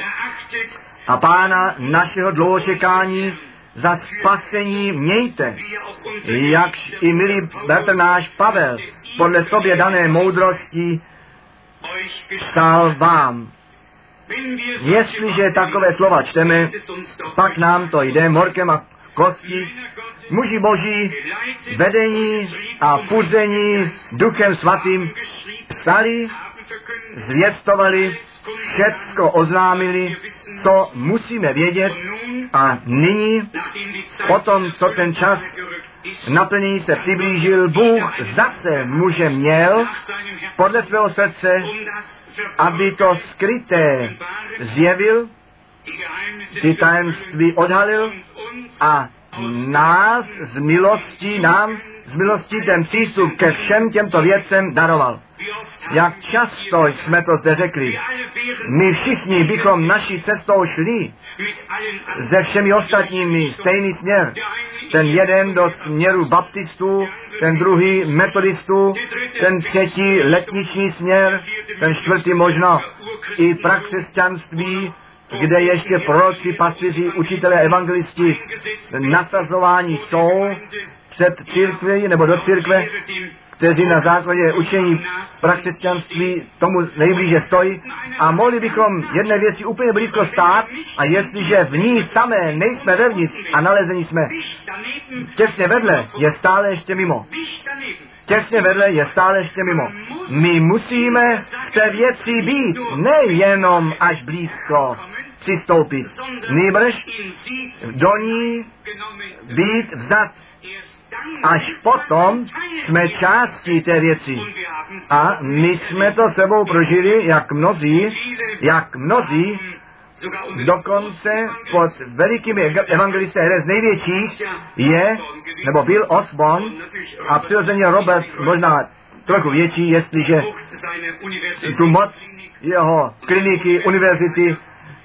A Pána našeho dlouhočekání za spasení mějte, jakž i milý bratr náš Pavel podle sobě dané moudrosti psal vám. Jestliže takové slova čteme, pak nám to jde morkem a kosti, muži boží, vedení a puzení Duchem Svatým psali, zvěstovali, všecko oznámili, co musíme vědět a nyní, potom, co ten čas naplnění se přiblížil, Bůh zase muže měl podle svého srdce, aby to skryté zjevil, ty tajemství odhalil a nás nám z milostí ten přístup ke všem těmto věcem daroval. Jak často jsme to zde řekli, my všichni bychom naší cestou šli se všemi ostatními stejný směr. Ten jeden do směru baptistů, ten druhý metodistů, ten třetí letniční směr, ten čtvrtý možno i prakřesťanství, kde ještě proroci, pastýři, učitelé, evangelisti nasazování jsou před církví nebo do církve, kteří na základě učení prakřesťanství tomu nejblíže stojí a mohli bychom jedné věci úplně blízko stát a jestliže v ní samé nejsme vevnitř a nalezení jsme těsně vedle, je stále ještě mimo. Těsně vedle je stále ještě mimo. My musíme v té věci být, nejenom až blízko přistoupit, nýbrž do ní být vzat. Až potom jsme částí té věci. A my jsme to sebou prožili, jak mnozí, dokonce pod velikými evangelisty, jeden z největších je, nebo byl Osborne a přirozeně Robert, možná trochu větší, jestliže tu moc jeho kliniky, univerzity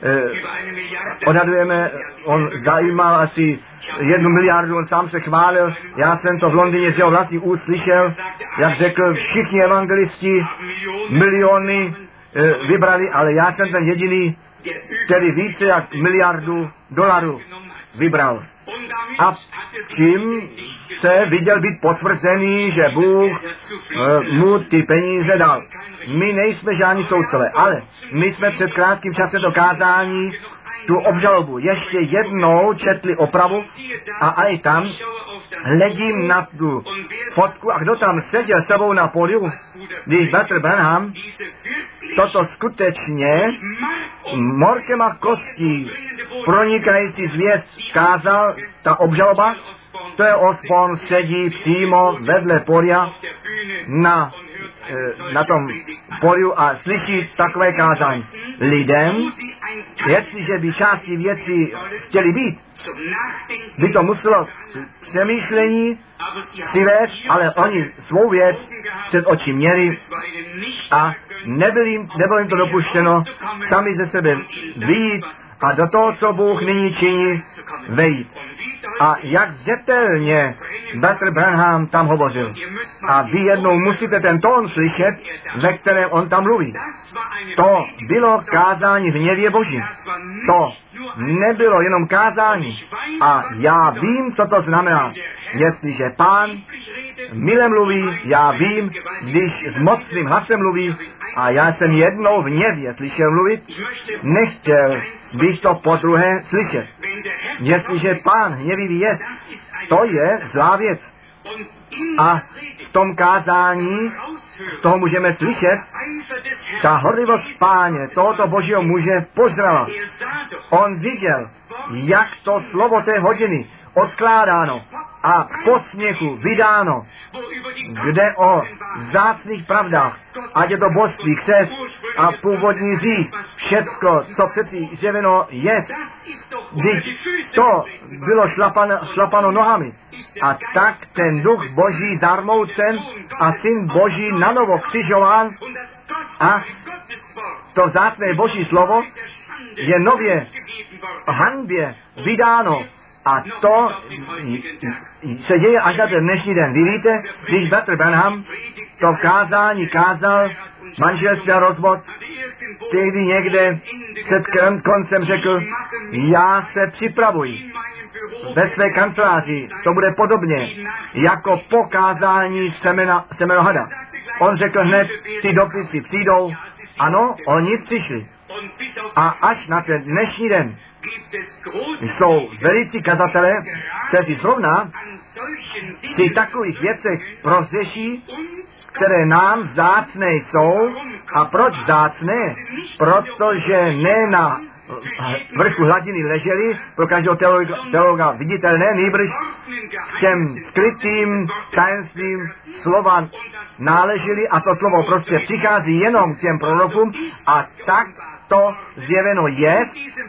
odhadujeme, on zajímal asi 1 miliardu, on sám se chválil, já jsem to v Londýně z jeho vlastních úst slyšel, jak řekl, všichni evangelisti miliony vybrali, ale já jsem ten jediný, který více jak $1 miliardu vybral. A tím se viděl být potvrzený, že Bůh mu ty peníze dal. My nejsme žádní soudcové, ale my jsme před krátkým časem do kázání tu obžalobu ještě jednou četli opravu a i tam hledím na tu fotku a kdo tam seděl s sebou na pódiu, když Bratr Branham toto skutečně morkem a kostí pronikající zvěst kázal, ta obžaloba, to je on sedí přímo vedle poria na tom poliu a slyší takové kázání. Lidem, jestliže by části věcí chtěli být, by to muselo přemýšlení přivést, ale oni svou věc před oči měli a nebylo jim to dopuštěno sami ze sebe vyjít a do toho, co Bůh nyní činí, vejít. A jak zřetelně Bratr Branham tam hovořil. A vy jednou musíte ten tón slyšet, ve kterém on tam mluví. To bylo kázání v hněvě Boží. To nebylo jenom kázání. A já vím, co to znamená. Jestliže Pán mile mluví, já vím, když s mocným hlasem mluví, a já jsem jednou v hněvě slyšel mluvit, nechtěl bych to podruhé slyšet. Jestliže Pán hněvivý je, to je zlá věc. A v tom kázání z toho můžeme slyšet, ta horlivost Páně, tohoto Božího muže požrala. On viděl, jak to slovo té hodiny odkládáno a k posměchu vydáno, kde o vzácných pravdách, ať je to božství, křest a původní řík, všecko, co přeci zjeveno je, když to bylo šlapano nohami. A tak ten duch Boží zarmoucen a syn Boží nanovo křižován a to vzácné Boží slovo je nově hanbě vydáno. A to se děje až na ten dnešní den. Vy víte, když Bratr Branham to kázání kázal, manželství a rozvod, tehdy někde před koncem řekl, já se připravuji ve své kanceláři, to bude podobně jako po kázání semeno hada. On řekl hned, ty dopisy přijdou. Ano, oni přišli. A až na ten dnešní den jsou velicí kazatelé, kteří zrovna při takových věcech rozřeší, které nám vzácné jsou. A proč vzácné? Protože ne na vrchu hladiny leželi, pro každého teologa viditelné, nýbrž těm skrytým tajemstvím slova náleželi a to slovo prostě přichází jenom k těm prorokům a tak to zjeveno je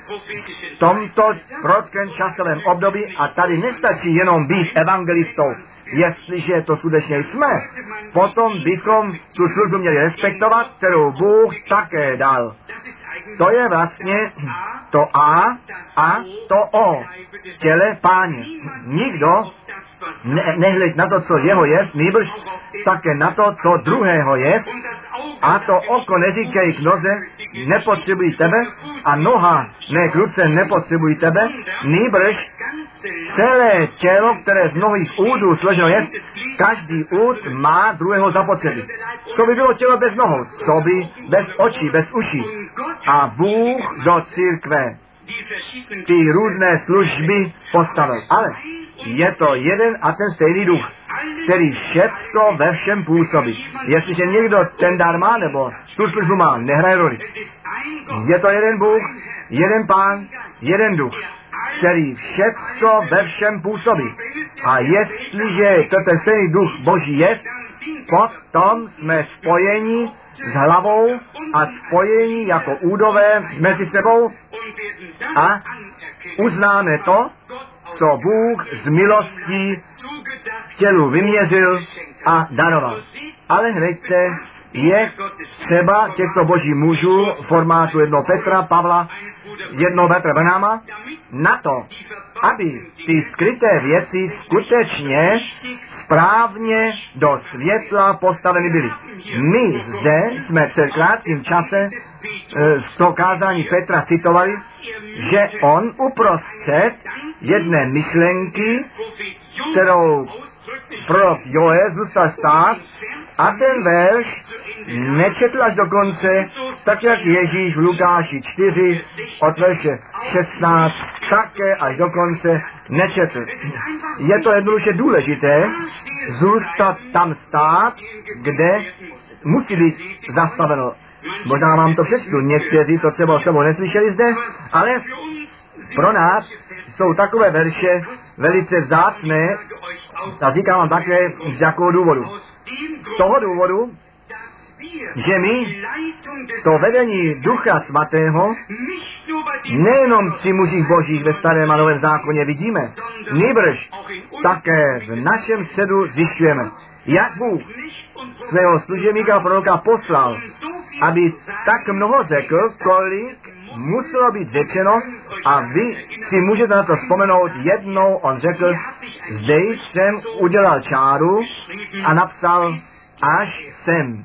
v tomto prorockém časovém období a tady nestačí jenom být evangelistou. Jestliže to skutečně jsme, potom bychom tu službu měli respektovat, kterou Bůh také dal. To je vlastně to A to O v těle Páně. Nikdo nehleď na to, co jeho jest, nýbrž také na to, co druhého jest. A to oko neříkej k noze, nepotřebují tebe, a noha, ne k ruce, nepotřebují tebe, nýbrž celé tělo, které z mnohých údů složeno je, každý úd má druhého zapotřebí. Co by bylo tělo bez nohou? Co by bez očí, bez uší? A Bůh do církve ty různé služby postavil. Ale je to jeden a ten stejný duch, který všecko ve všem působí. Jestliže někdo ten dar má, nebo tu službu má, nehraje roli. Je to jeden Bůh, jeden Pán, jeden duch, který všecko ve všem působí. A jestliže to ten stejný duch Boží je, potom jsme spojeni s hlavou a spojeni jako údové mezi sebou a uznáme to, co Bůh z milostí v tělu vyměřil a daroval. Ale hleďte, je třeba těchto boží mužů formátu jednoho Petra, Pavla, jednoho Bratra Branhama, na to, aby ty skryté věci skutečně správně do světla postaveny byly. My zde jsme před krátkým čase z toho kázání Petra citovali, že on uprostřed jedné myšlenky, kterou prorok Joel zůstal stát, a ten verš nečetl až do konce, tak jak Ježíš v Lukáši 4 od verše 16 také až do konce nečetl. Je to jednoduše důležité zůstat tam stát, kde musí být zastaveno. Možná vám to přečtu, někteří to třeba o sebou neslyšeli zde, ale pro nás jsou takové verše, velice vzácné, a říkám vám také z jakého důvodu. Z toho důvodu, že my to vedení Ducha Svatého nejenom při mužích božích ve Starém a Novém zákoně vidíme, nýbrž také v našem středu zjišťujeme, jak Bůh svého služebníka proroka poslal, aby tak mnoho řekl, kolik muselo být řečeno, a vy si můžete na to vzpomenout. Jednou on řekl, zde jsem udělal čáru a napsal až sem.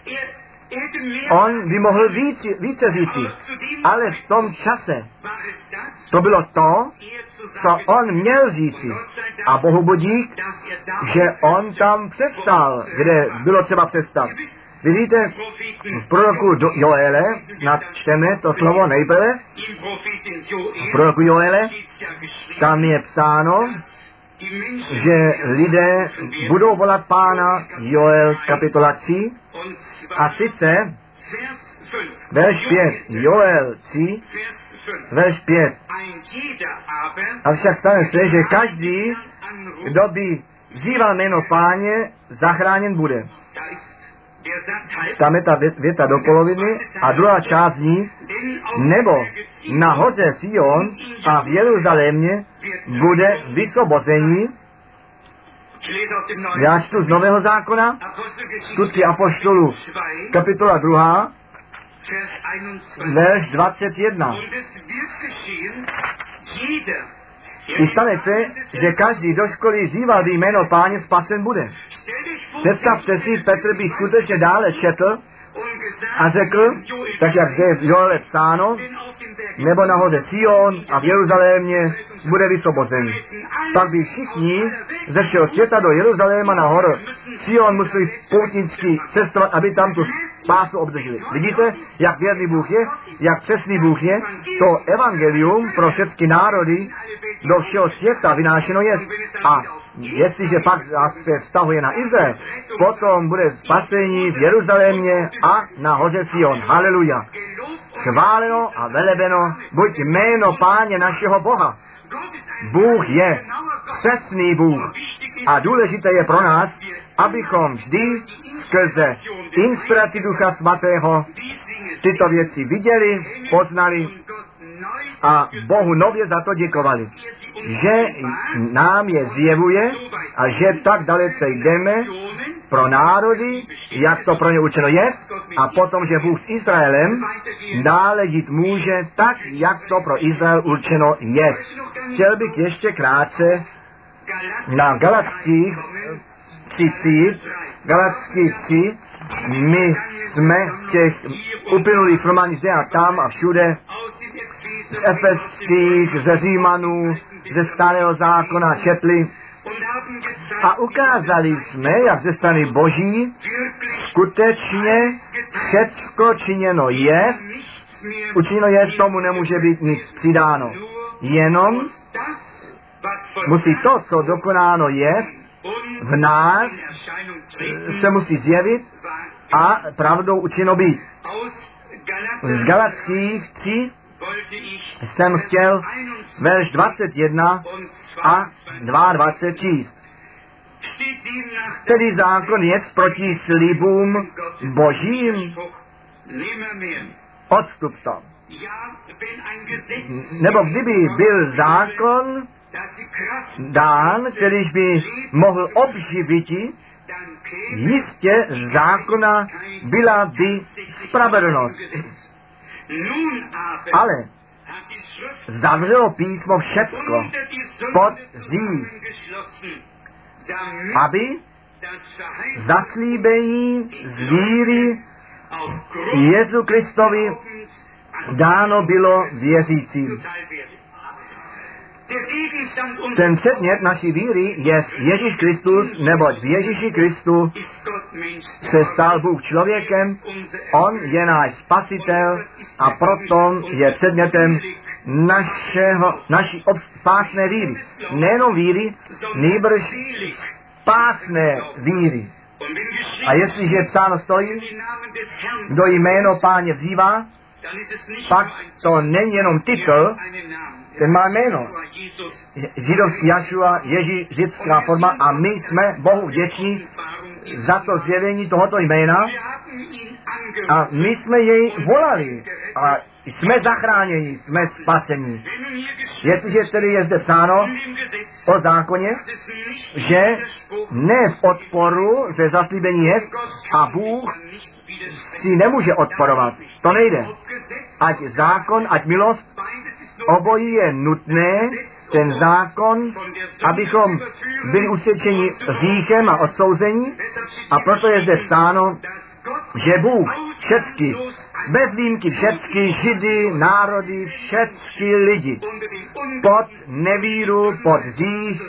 On by mohl více říci, ale v tom čase to bylo to, co on měl říci. A Bohu budík, že on tam přestal, kde bylo třeba přestat. Vy víte, v proroku Joele, snad čteme to slovo nejprve, v proroku Joele, tam je psáno, že lidé budou volat Pána, Joel kapitola 3, a sice verš 5, Joel 3, verš 5. Avšak stane se, že každý, kdo by vzýval jméno Páně, zachráněn bude. Tam je ta věta do poloviny a druhá část z ní, nebo na hoře Sion a v Jeruzalémě bude vysvobození. Já čtu z Nového zákona, Skutky apoštolů, kapitola 2, verš 21. I stane se, že každý do školy zýval by jméno Páně, spasen bude. Představte si, Petr by skutečně dále četl a řekl, tak jak zde v Joele psáno, nebo na hoře Sion a v Jeruzalémě bude vysvobozen. Pak by všichni ze všeho světa do Jeruzaléma na horu Sion museli poutnicky cestovat, aby tam tu spásu obdrželi. Vidíte, jak věrný Bůh je, jak přesný Bůh je. To evangelium pro všechny národy do všeho světa vynášeno je. A jestliže pak se vztahuje na Izrael, potom bude spasení v Jeruzalémě a na hoře Sion. Haleluja. Chváleno a velebeno buď jméno Páně našeho Boha. Bůh je přesný Bůh a důležité je pro nás, abychom vždy skrze inspiraci Ducha Svatého tyto věci viděli, poznali a Bohu nově za to děkovali, že nám je zjevuje a že tak dalece jdeme pro národy, jak to pro ně učeno je, a potom, že Bůh s Izraelem dále jít může tak, jak to pro Izrael určeno je. Chtěl bych ještě krátce na Galatských 3, Galatských 3, my jsme v těch uplynulých shromážděních zde a tam a všude, z Efeských, ze Římanů, ze Starého zákona četli a ukázali jsme, jak ze strany Boží skutečně všecko činěno je, učiněno je, tomu nemůže být nic přidáno. Jenom musí to, co dokonáno je, v nás se musí zjevit a pravdou učiněno být. Z Galatských 3 jsem chtěl verš 21 a 22 číst. Tedy zákon je proti slibům Božím. Odstup to. Nebo kdyby byl zákon dán, kterýž by mohl obživit, jistě zákona byla by spravedlnost. Ale zavřelo písmo všecko pod zdi, aby zaslíbení z víry Jezu Kristovi dáno bylo věřícím. Ten předmět naší víry je Ježíš Kristus, neboť v Ježíši Kristu se stal Bůh člověkem, on je náš spasitel a proto je předmětem naší spásné víry. Nejenom víry, nýbrž spásné víry. A jestliže psáno stojí, kdo jméno Páně vzývá, pak to není jenom titul, ten má jméno. Židovský Jašua, Ježíš, židovská forma a my jsme Bohu vděční za to zjevení tohoto jména a my jsme jej volali a jsme zachráněni, jsme spaseni. Jestliže tedy je zde psáno o zákoně, že ne v odporu ze zaslíbení je a Bůh si nemůže odporovat. To nejde. Ať zákon, ať milost, obojí je nutné, ten zákon, abychom byli usvědčeni hříchem a odsouzení, a proto je zde psáno, že Bůh všechny, bez výjimky všechny židy, národy, všechny lidi pod nevíru, pod hřích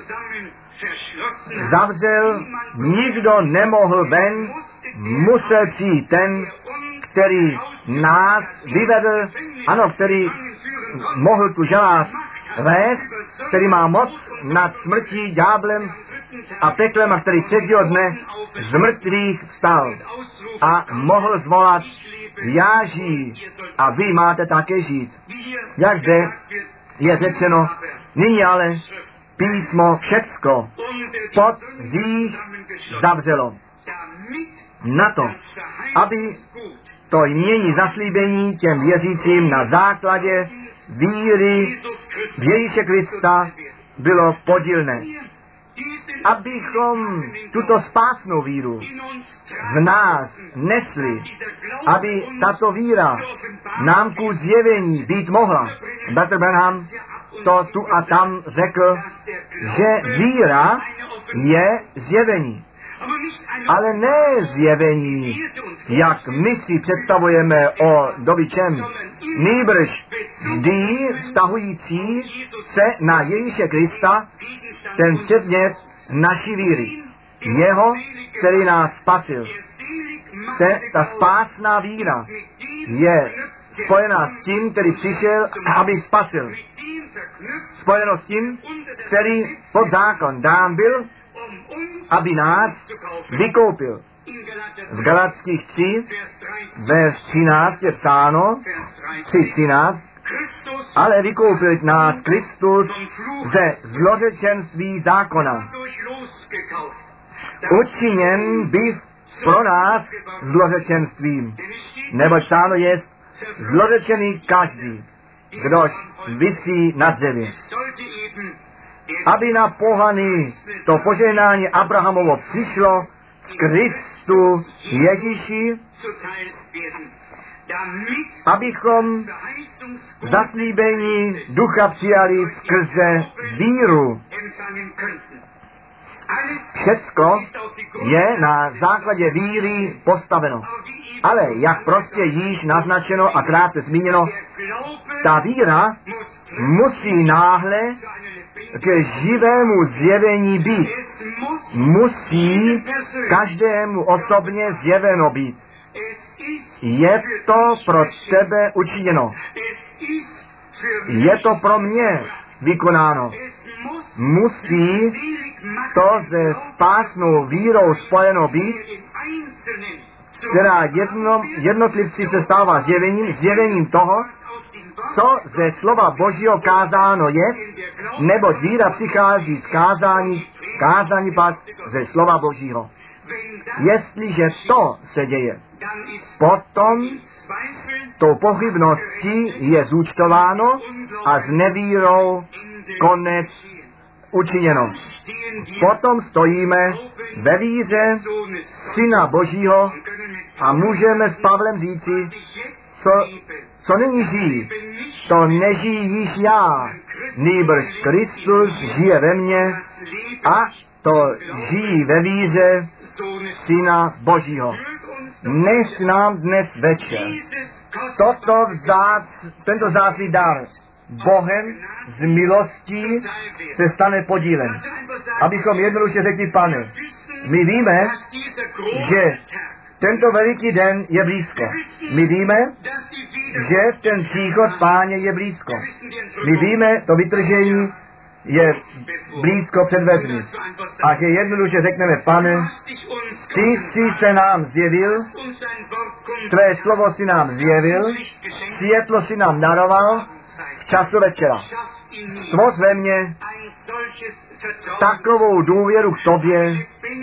zavřel, nikdo nemohl ven, musel přijít ten, který nás vyvedl, ano, který mohl tu žalář vést, který má moc nad smrtí, ďáblem a peklem a který třetího dne z mrtvých vstal a mohl zvolat, já žiji a vy máte také žít. Jak zde je řečeno, nyní ale písmo všecko pod hřích zavřelo. Na to, aby to jmění zaslíbení těm věřícím na základě víry v Ježíše Krista bylo podílné. Abychom tuto spásnou víru v nás nesli, aby tato víra nám ku zjevení být mohla. Bratr Branham to tu a tam řekl, že víra je zjevení. Ale ne zjevení, jak my si představujeme o dobyčem, nýbrž vždy vztahující se na Ježíše Krista, ten předmět naší víry. Jeho, který nás spasil. Ta spásná víra je spojená s tím, který přišel, aby spasil. Spojeno s tím, který pod zákon dán byl, aby nás vykoupil. V Galatských 3, verš 13 je psáno, 3:13, ale vykoupil nás Kristus ze zlořečenství zákona. Učiněn být pro nás zlořečenstvím. Neboť psáno je, zlořečený každý, kdož visí na dřevě. Aby na pohany to požehnání Abrahamovo přišlo v Kristu Ježíši, abychom zaslíbení ducha přijali skrze víru. Všecko je na základě víry postaveno. Ale jak prostě již naznačeno a krátce zmíněno, ta víra musí náhle ke živému zjevení být. Musí každému osobně zjeveno být. Je to pro tebe učiněno. Je to pro mě vykonáno. Musí to se spásnou vírou spojeno být, která jednotlivci se stává zjevením toho, co ze slova Božího kázáno je, neboť víra přichází z kázání pak ze slova Božího. Jestliže to se děje, potom tou pochybností je zúčtováno a s nevírou konec učiněno. Potom stojíme ve víře Syna Božího a můžeme s Pavlem říci, co nyní žijí, to nežijí již já, nýbrž Kristus žije ve mně a to žijí ve víře Syna Božího. Nech nám dnes večer tento vzácný dar Bohem z milostí se stane podílem. Abychom jednoduše řekli, Pane, my víme, že tento veliký den je blízko. My víme, že ten příchod Páně je blízko. My víme, to vytržení je blízko před dveřmi. A že jednoduše řekneme, Pane, ty jsi se nám zjevil, tvé slovo si nám zjevil, světlo si nám daroval v času večera. Stvoř ve mně takovou důvěru k tobě,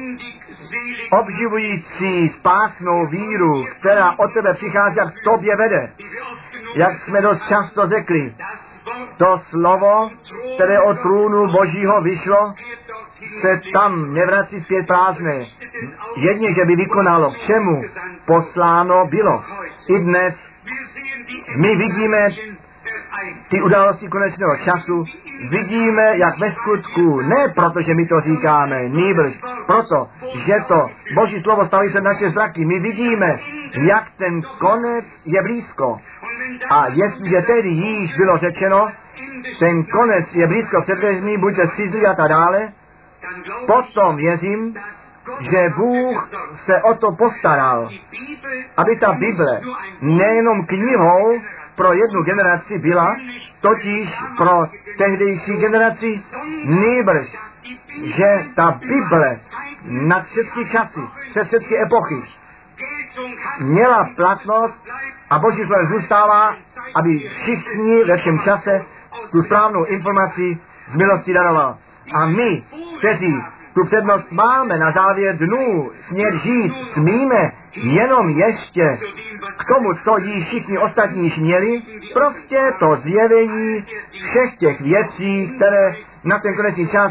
obživující spásnou víru, která od tebe přichází, jak k tobě vede. Jak jsme dost často řekli, to slovo, které od trůnu Božího vyšlo, se tam nevrací zpět prázdné. Jedně, že by vykonalo, k čemu posláno bylo. I dnes my vidíme ty události konečného času, vidíme, jak ve skutku, ne proto, že my to říkáme, nýbrž proto, že to Boží slovo staví před naše zraky. My vidíme, jak ten konec je blízko. A jestliže tedy již bylo řečeno, ten konec je blízko před dveřmi, buďte střízliví a tak dále, potom věřím, že Bůh se o to postaral, aby ta Bible nejenom knihou pro jednu generaci byla, totiž pro tehdejší generaci, nýbrž, že ta Bible na všechny časy, přes všechny epochy měla platnost a Boží slovo zůstává, aby všichni ve všem čase tu správnou informaci z milosti daroval. A my, kteří tu přednost máme na závěr dnů, směr žít, smíme jenom ještě k tomu, co jí všichni ostatní již měli, prostě to zjevení všech těch věcí, které na ten konečný čas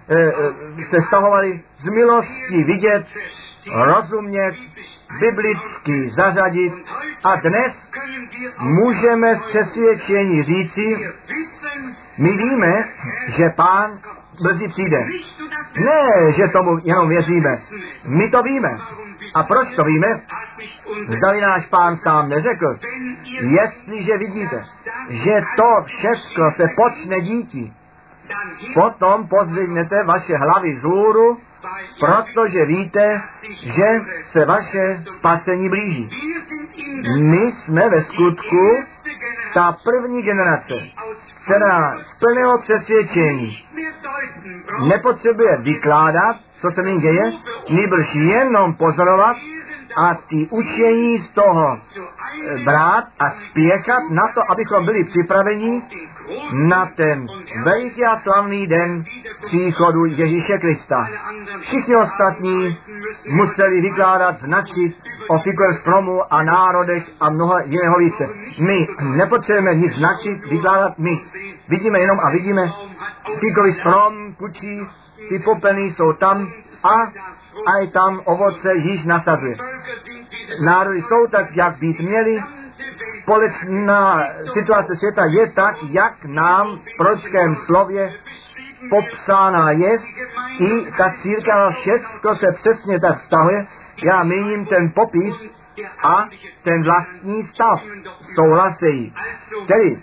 se stahovaly, z milosti vidět, rozumět, biblicky zařadit. A dnes můžeme z přesvědčení říci, my víme, že Pán brzy přijde. Ne, že tomu jenom věříme. My to víme. A proč to víme? Zdali náš Pán sám neřekl, jestliže vidíte, že to všechno se počne díti, potom pozdvihnete vaše hlavy vzhůru, protože víte, že se vaše spasení blíží. My jsme ve skutku ta první generace, která z plného přesvědčení nepotřebuje vykládat, co se nyní děje, nýbrž jenom pozorovat a ty učení z toho brát a spěchat na to, abychom byli připraveni na ten veliký a slavný den příchodu Ježíše Krista. Všichni ostatní museli vykládat, značit o Fikors promu a národech a mnoho jiného více. My nepotřebujeme nic značit, vykládat, my vidíme jenom a vidíme Fikors prom, kučí, ty popelny jsou tam a i tam ovoce již nasazuje. Národy jsou tak, jak být měli, společná situace světa je tak, jak nám v prorockém slově popsána je, i ta církev a všechno se přesně tak vztahuje. Já míním ten popis a ten vlastní stav souhlasejí. Tedy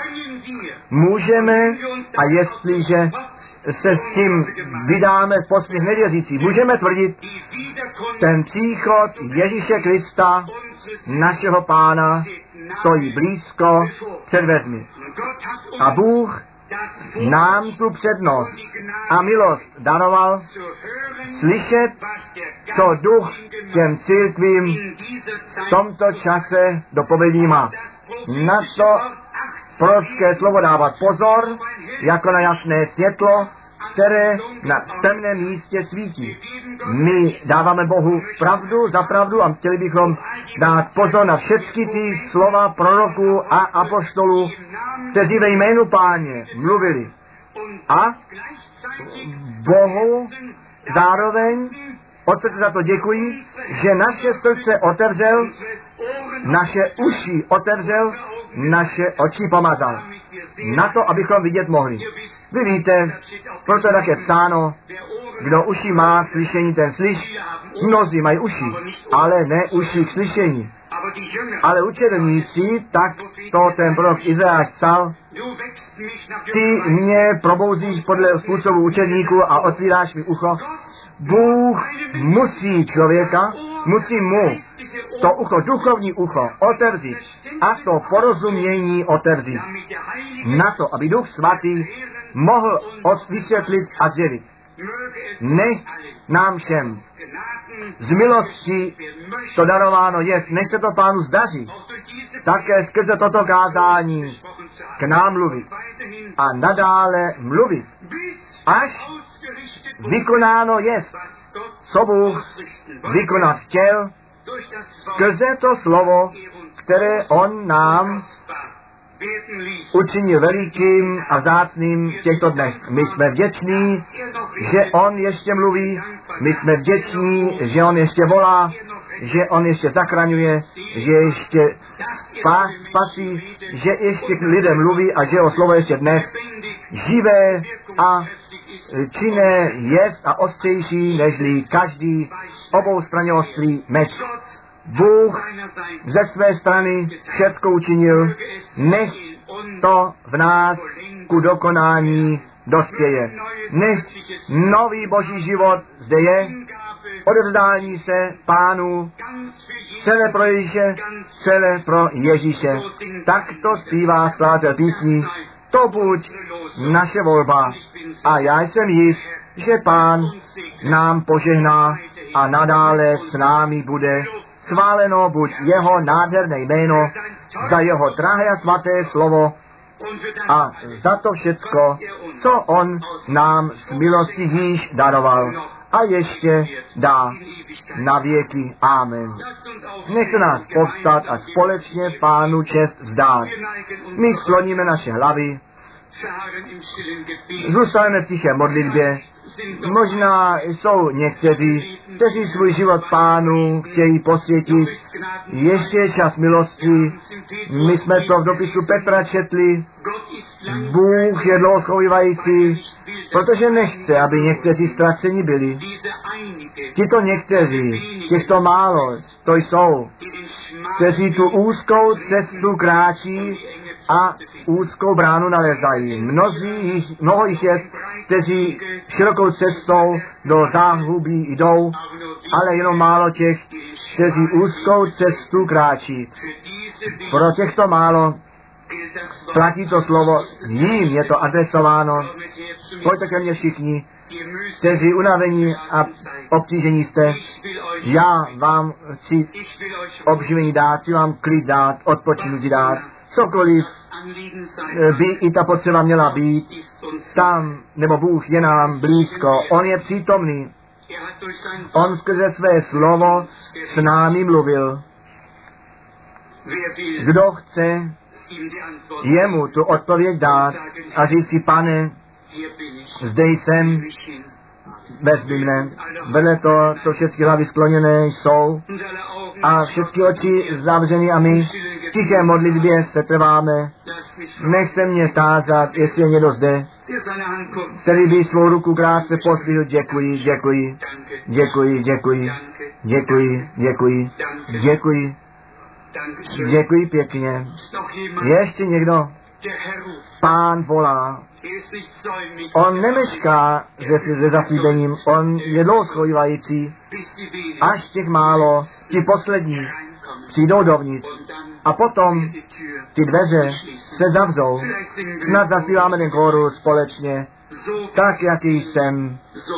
můžeme, a jestliže se s tím vydáme v posměch nevěřící, můžeme tvrdit, ten příchod Ježíše Krista, našeho Pána, stojí blízko před dveřmi. A Bůh nám tu přednost a milost daroval slyšet, co Duch těm církvím v tomto čase do povědí má. Na to prorocké slovo dávat pozor, jako na jasné světlo, které na temném místě svítí. My dáváme Bohu pravdu za pravdu a chtěli bychom dát pozor na všechny ty slova proroků a apoštolů, kteří ve jménu Páně mluvili. A Bohu zároveň od srdce za to děkuji, že naše srdce otevřel, naše uši otevřel, naše oči pomazal. Na to, abychom vidět mohli. Vy víte, proto je také psáno, kdo uši má k slyšení, ten slyš. Mnozí mají uši, ale ne uši k slyšení. Ale učedlníci, tak to ten prorok Izajáš psal, ty mě probouzíš podle způsobu učedníků a otvíráš mi ucho. Bůh musí člověka, musí mu to ucho, duchovní ucho otevřít a to porozumění otevřít. Na to, aby Duch Svatý mohl vysvětlit a zjevit. Nech nám všem z milosti to darováno jest, nech se to Pánu zdaří. Také skrze toto kázání k nám mluvit a nadále mluvit, až vykonáno jest, co Bůh vykonat chtěl, skrze to slovo, které on nám učinil velikým a vzácným v těchto dnech. My jsme vděční, že on ještě mluví, my jsme vděční, že on ještě volá, že on ještě zachraňuje, že ještě spasí, že ještě k lidem mluví a že jeho slovo ještě dnes živé a činné jest a ostřejší, nežli každý oboustranný meč. Bůh ze své strany všecko učinil, nech to v nás ku dokonání dospěje. Nech nový boží život zde je, odevzdání se Pánu, celé pro Ježíše, celé pro Ježíše. Tak to zpívá skladatel písní, to buď naše volba. A já jsem jist, že Pán nám požehná a nadále s námi bude. Chváleno buď jeho nádherné jméno, za jeho drahé a svaté slovo a za to všecko, co on nám z milosti již daroval a ještě dá na věky. Amen. Nechte nás povstat a společně Pánu čest vzdát. My skloníme naše hlavy, zůstaneme v tiché modlitbě. Možná jsou někteří, kteří svůj život Pánu chtějí posvětit. Ještě je čas milosti. My jsme to v dopisu Petra četli. Bůh je dlouhoschovývající, protože nechce, aby někteří ztraceni byli. Tito někteří, těchto málo, to jsou, kteří tu úzkou cestu kráčí a úzkou bránu nalezají. Mnoho jich je, kteří širokou cestou do záhubí jdou, ale jenom málo těch, kteří úzkou cestu kráčí. Pro těchto málo platí to slovo, jim je to adresováno. Pojďte ke mně všichni, kteří unavení a obtížení jste. Já vám chci obživení dát, chci vám klid dát, odpočinutí dát. Cokoliv by i ta potřeba měla být, tam, nebo Bůh je nám blízko, on je přítomný. On skrze své slovo s námi mluvil. Kdo chce jemu tu odpověď dát a říct si, Pane, zde jsem, vezmi mne. Vedle to, co všechny hlavy skloněné jsou a všechny oči zavřený a my v tiché modlitbě se trváme. Nechte mě tázat, jestli je někdo zde, který by svou ruku krátce pozdvihl. Děkuji, děkuji, děkuji, děkuji, děkuji, děkuji, děkuji, děkuji pěkně. Ještě někdo? Pán volá. On nemešká se zaslíbením, on je dlouhoschovývající, až těch málo, ti poslední, přijdou dovnitř a potom ty dveře se zavřou. Snad zaspíváme ten kórus společně, tak, jaký jsem.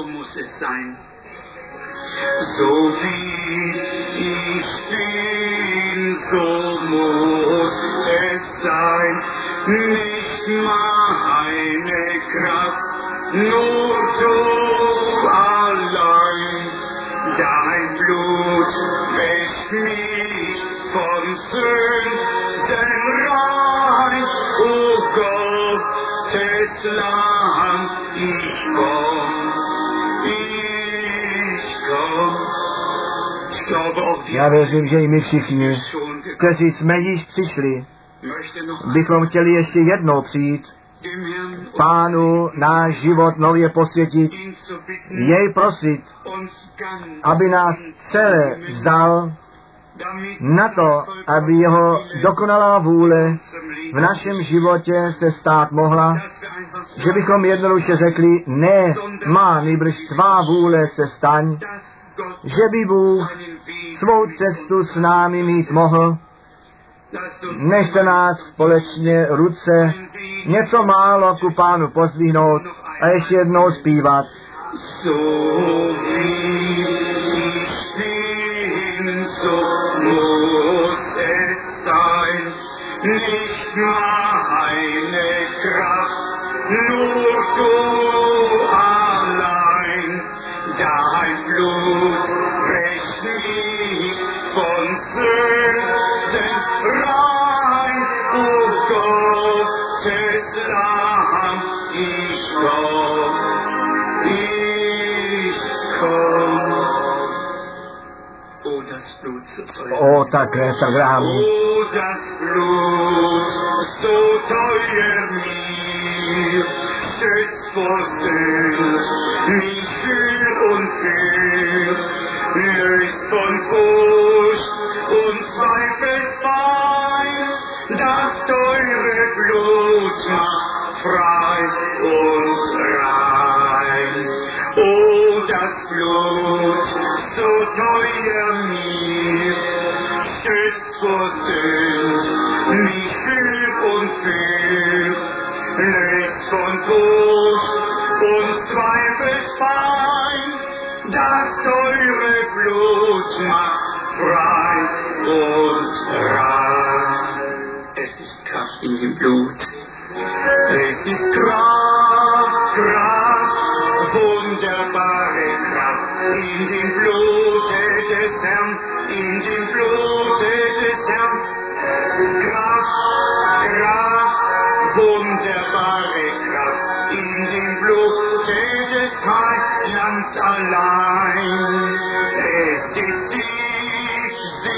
So wie ich bin, so muss es sein, nicht meine Kraft, nur du allein, dein Blut wäscht mich von Sünden rein, o Gottes Lamm, ich komm. Já věřím, že i my všichni, kteří jsme již přišli, bychom chtěli ještě jednou přijít, Pánu náš život nově posvětit, jej prosit, aby nás celé vzdal na to, aby jeho dokonalá vůle v našem životě se stát mohla, že bychom jednoduše řekli, ne má, nýbrž tvá vůle se staň, že by Bůh svou cestu s námi mít mohl. Nechte nás společně ruce něco málo ku Pánu pozdvihnout a ještě jednou zpívat. So wie ich bin, so muss es sein, nicht meine Kraft, nur du allein. Dein Blut wäscht mich von Sünden rein, o Gottes Lamm, ich komm. Oh, das Blut so teuer. O ta krev tak drahá mi. Oh, das Blut so teuer mir, schützt vor Sünd, mich für und für, löst von Furcht und Zweifelsbein, das teure Blut macht frei und rein. Oh, das Blut so teuer mir, schützt vor Sünd, mich für und für, löst von Furcht und Zweifelsbein, das teure Blut macht frei und rein. Es ist Kraft in dem Blut, es ist Kraft, wunderbare Kraft in dem Blute des Herrn, in dem Blute des Herrn. Kraft, wunderbare Kraft in dem Blute des Heilands allein. Es ist Sieg,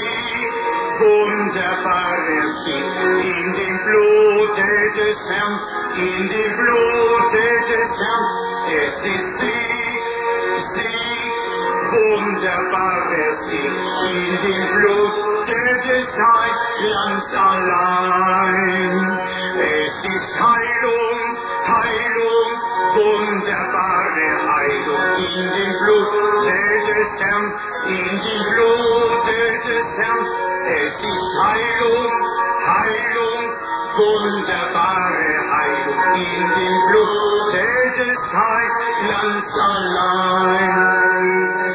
wunderbare Sieg in dem Blute des Herrn, in dem Blute des Herrn. Es ist Sieg, wunderbarer Sieg in dem Blute des Heilands allein. Es ist Heilung, wunderbare Heilung in dem Blute des Herrn, in dem Blute des Herrn. Es ist Heilung, wunderbare Heilung in dem Blute des Heilands allein.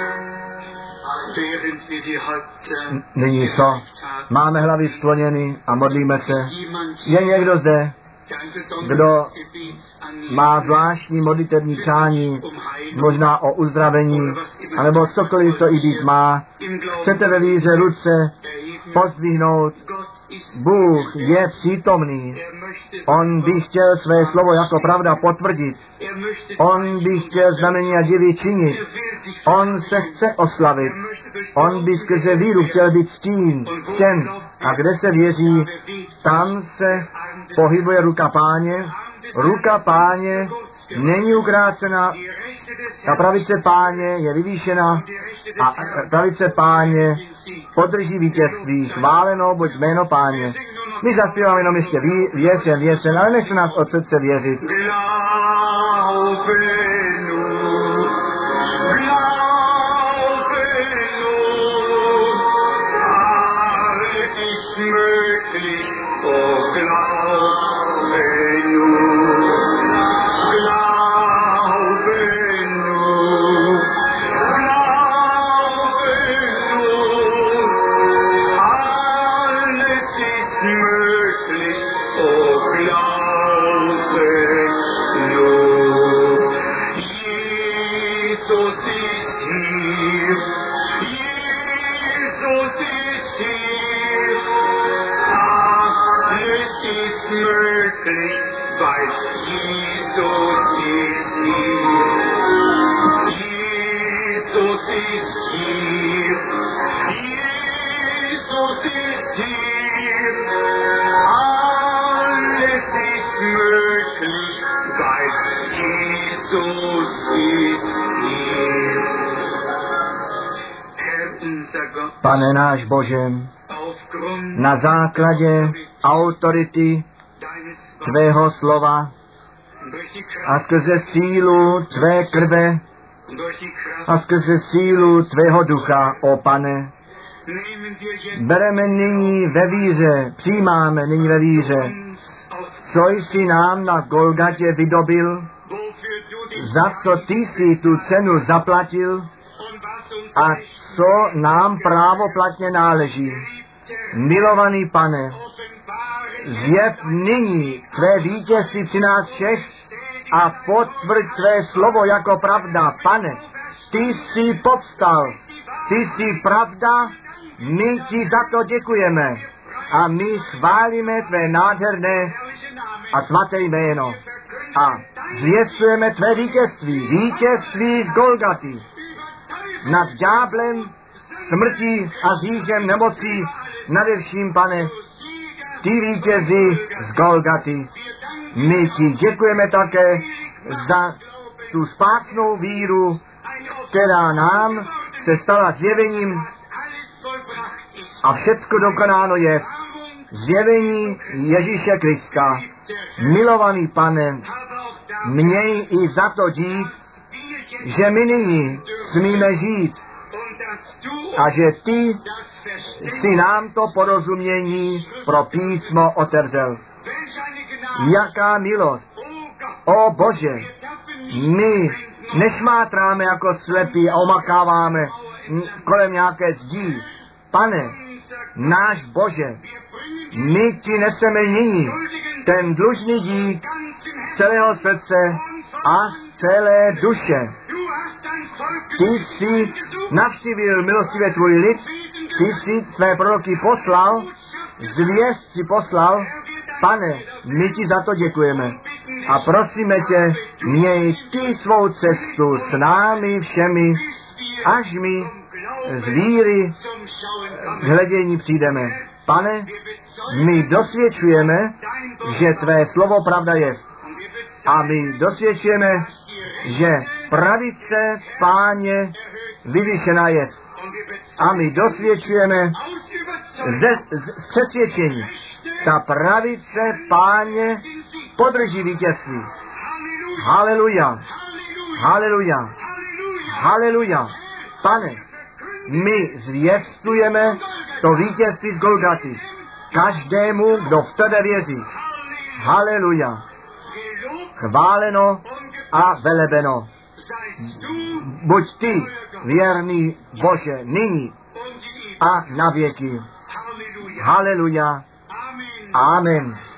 Nyní co? Máme hlavy skloněny a modlíme se. Je někdo zde, kdo má zvláštní modlitevní přání, možná o uzdravení, anebo cokoliv to i být má. Chcete ve víře ruce pozdvihnout. Bůh je přítomný. On by chtěl své slovo jako pravda potvrdit. On by chtěl znamení a divy činit. On se chce oslavit. On by skrze víru chtěl být stín, všem. A kde se věří, tam se pohybuje ruka Páně. Ruka Páně není ukrácena, ta pravice Páně je vyvýšena a pravice Páně podrží vítězství. Chváleno buď jméno Páně. My zaspíváme jenom ještě věřen, ale nechte nás od srdce věřit. Pane náš Bože, na základě autority Tvého slova a skrze sílu Tvé krve a skrze sílu Tvého ducha, o Pane, bereme nyní ve víře, přijímáme nyní ve víře, co jsi nám na Golgatě vydobil, za co Ty jsi tu cenu zaplatil a co nám právoplatně náleží. Milovaný Pane, zjev nyní tvé vítězství při nás všech a potvrď tvé slovo jako pravda. Pane, ty jsi povstal, ty jsi pravda, my ti za to děkujeme a my chválíme tvé nádherné a svaté jméno a zvěstujeme tvé vítězství, vítězství z Golgaty nad ďáblem, smrtí a hříchem, nemocí, nadevším, Pane, ty vítězi z Golgaty. My ti děkujeme také za tu spásnou víru, která nám se stala zjevením a všecko dokonáno je zjevení Ježíše Krista. Milovaný Pane, měj i za to dík, že my nyní smíme žít a že ty si nám to porozumění pro písmo otevřel. Jaká milost! O Bože, my nešmátráme jako slepí a omakáváme kolem nějaké zdí. Pane, náš Bože, my ti neseme nyní ten dlužný dík z celého srdce a z celé duše. Ty jsi navštívil milostivě tvůj lid, ty jsi své proroky poslal, zvěst si poslal. Pane, my ti za to děkujeme a prosíme tě, měj ty svou cestu s námi všemi, až my z víry k hledění přijdeme. Pane, my dosvědčujeme, že tvé slovo pravda je. A my dosvědčujeme, že pravice Páně vyvýšená je. A my dosvědčujeme z přesvědčení. Ta pravice Páně podrží vítězství. Haleluja, haleluja, haleluja. Pane, my zvěstujeme to vítězství z Golgaty každému, kdo v tebe věří. Haleluja. Chváleno a velebeno. Buď ty, věrný Bože, nyní a na věky. Haleluja. Amen.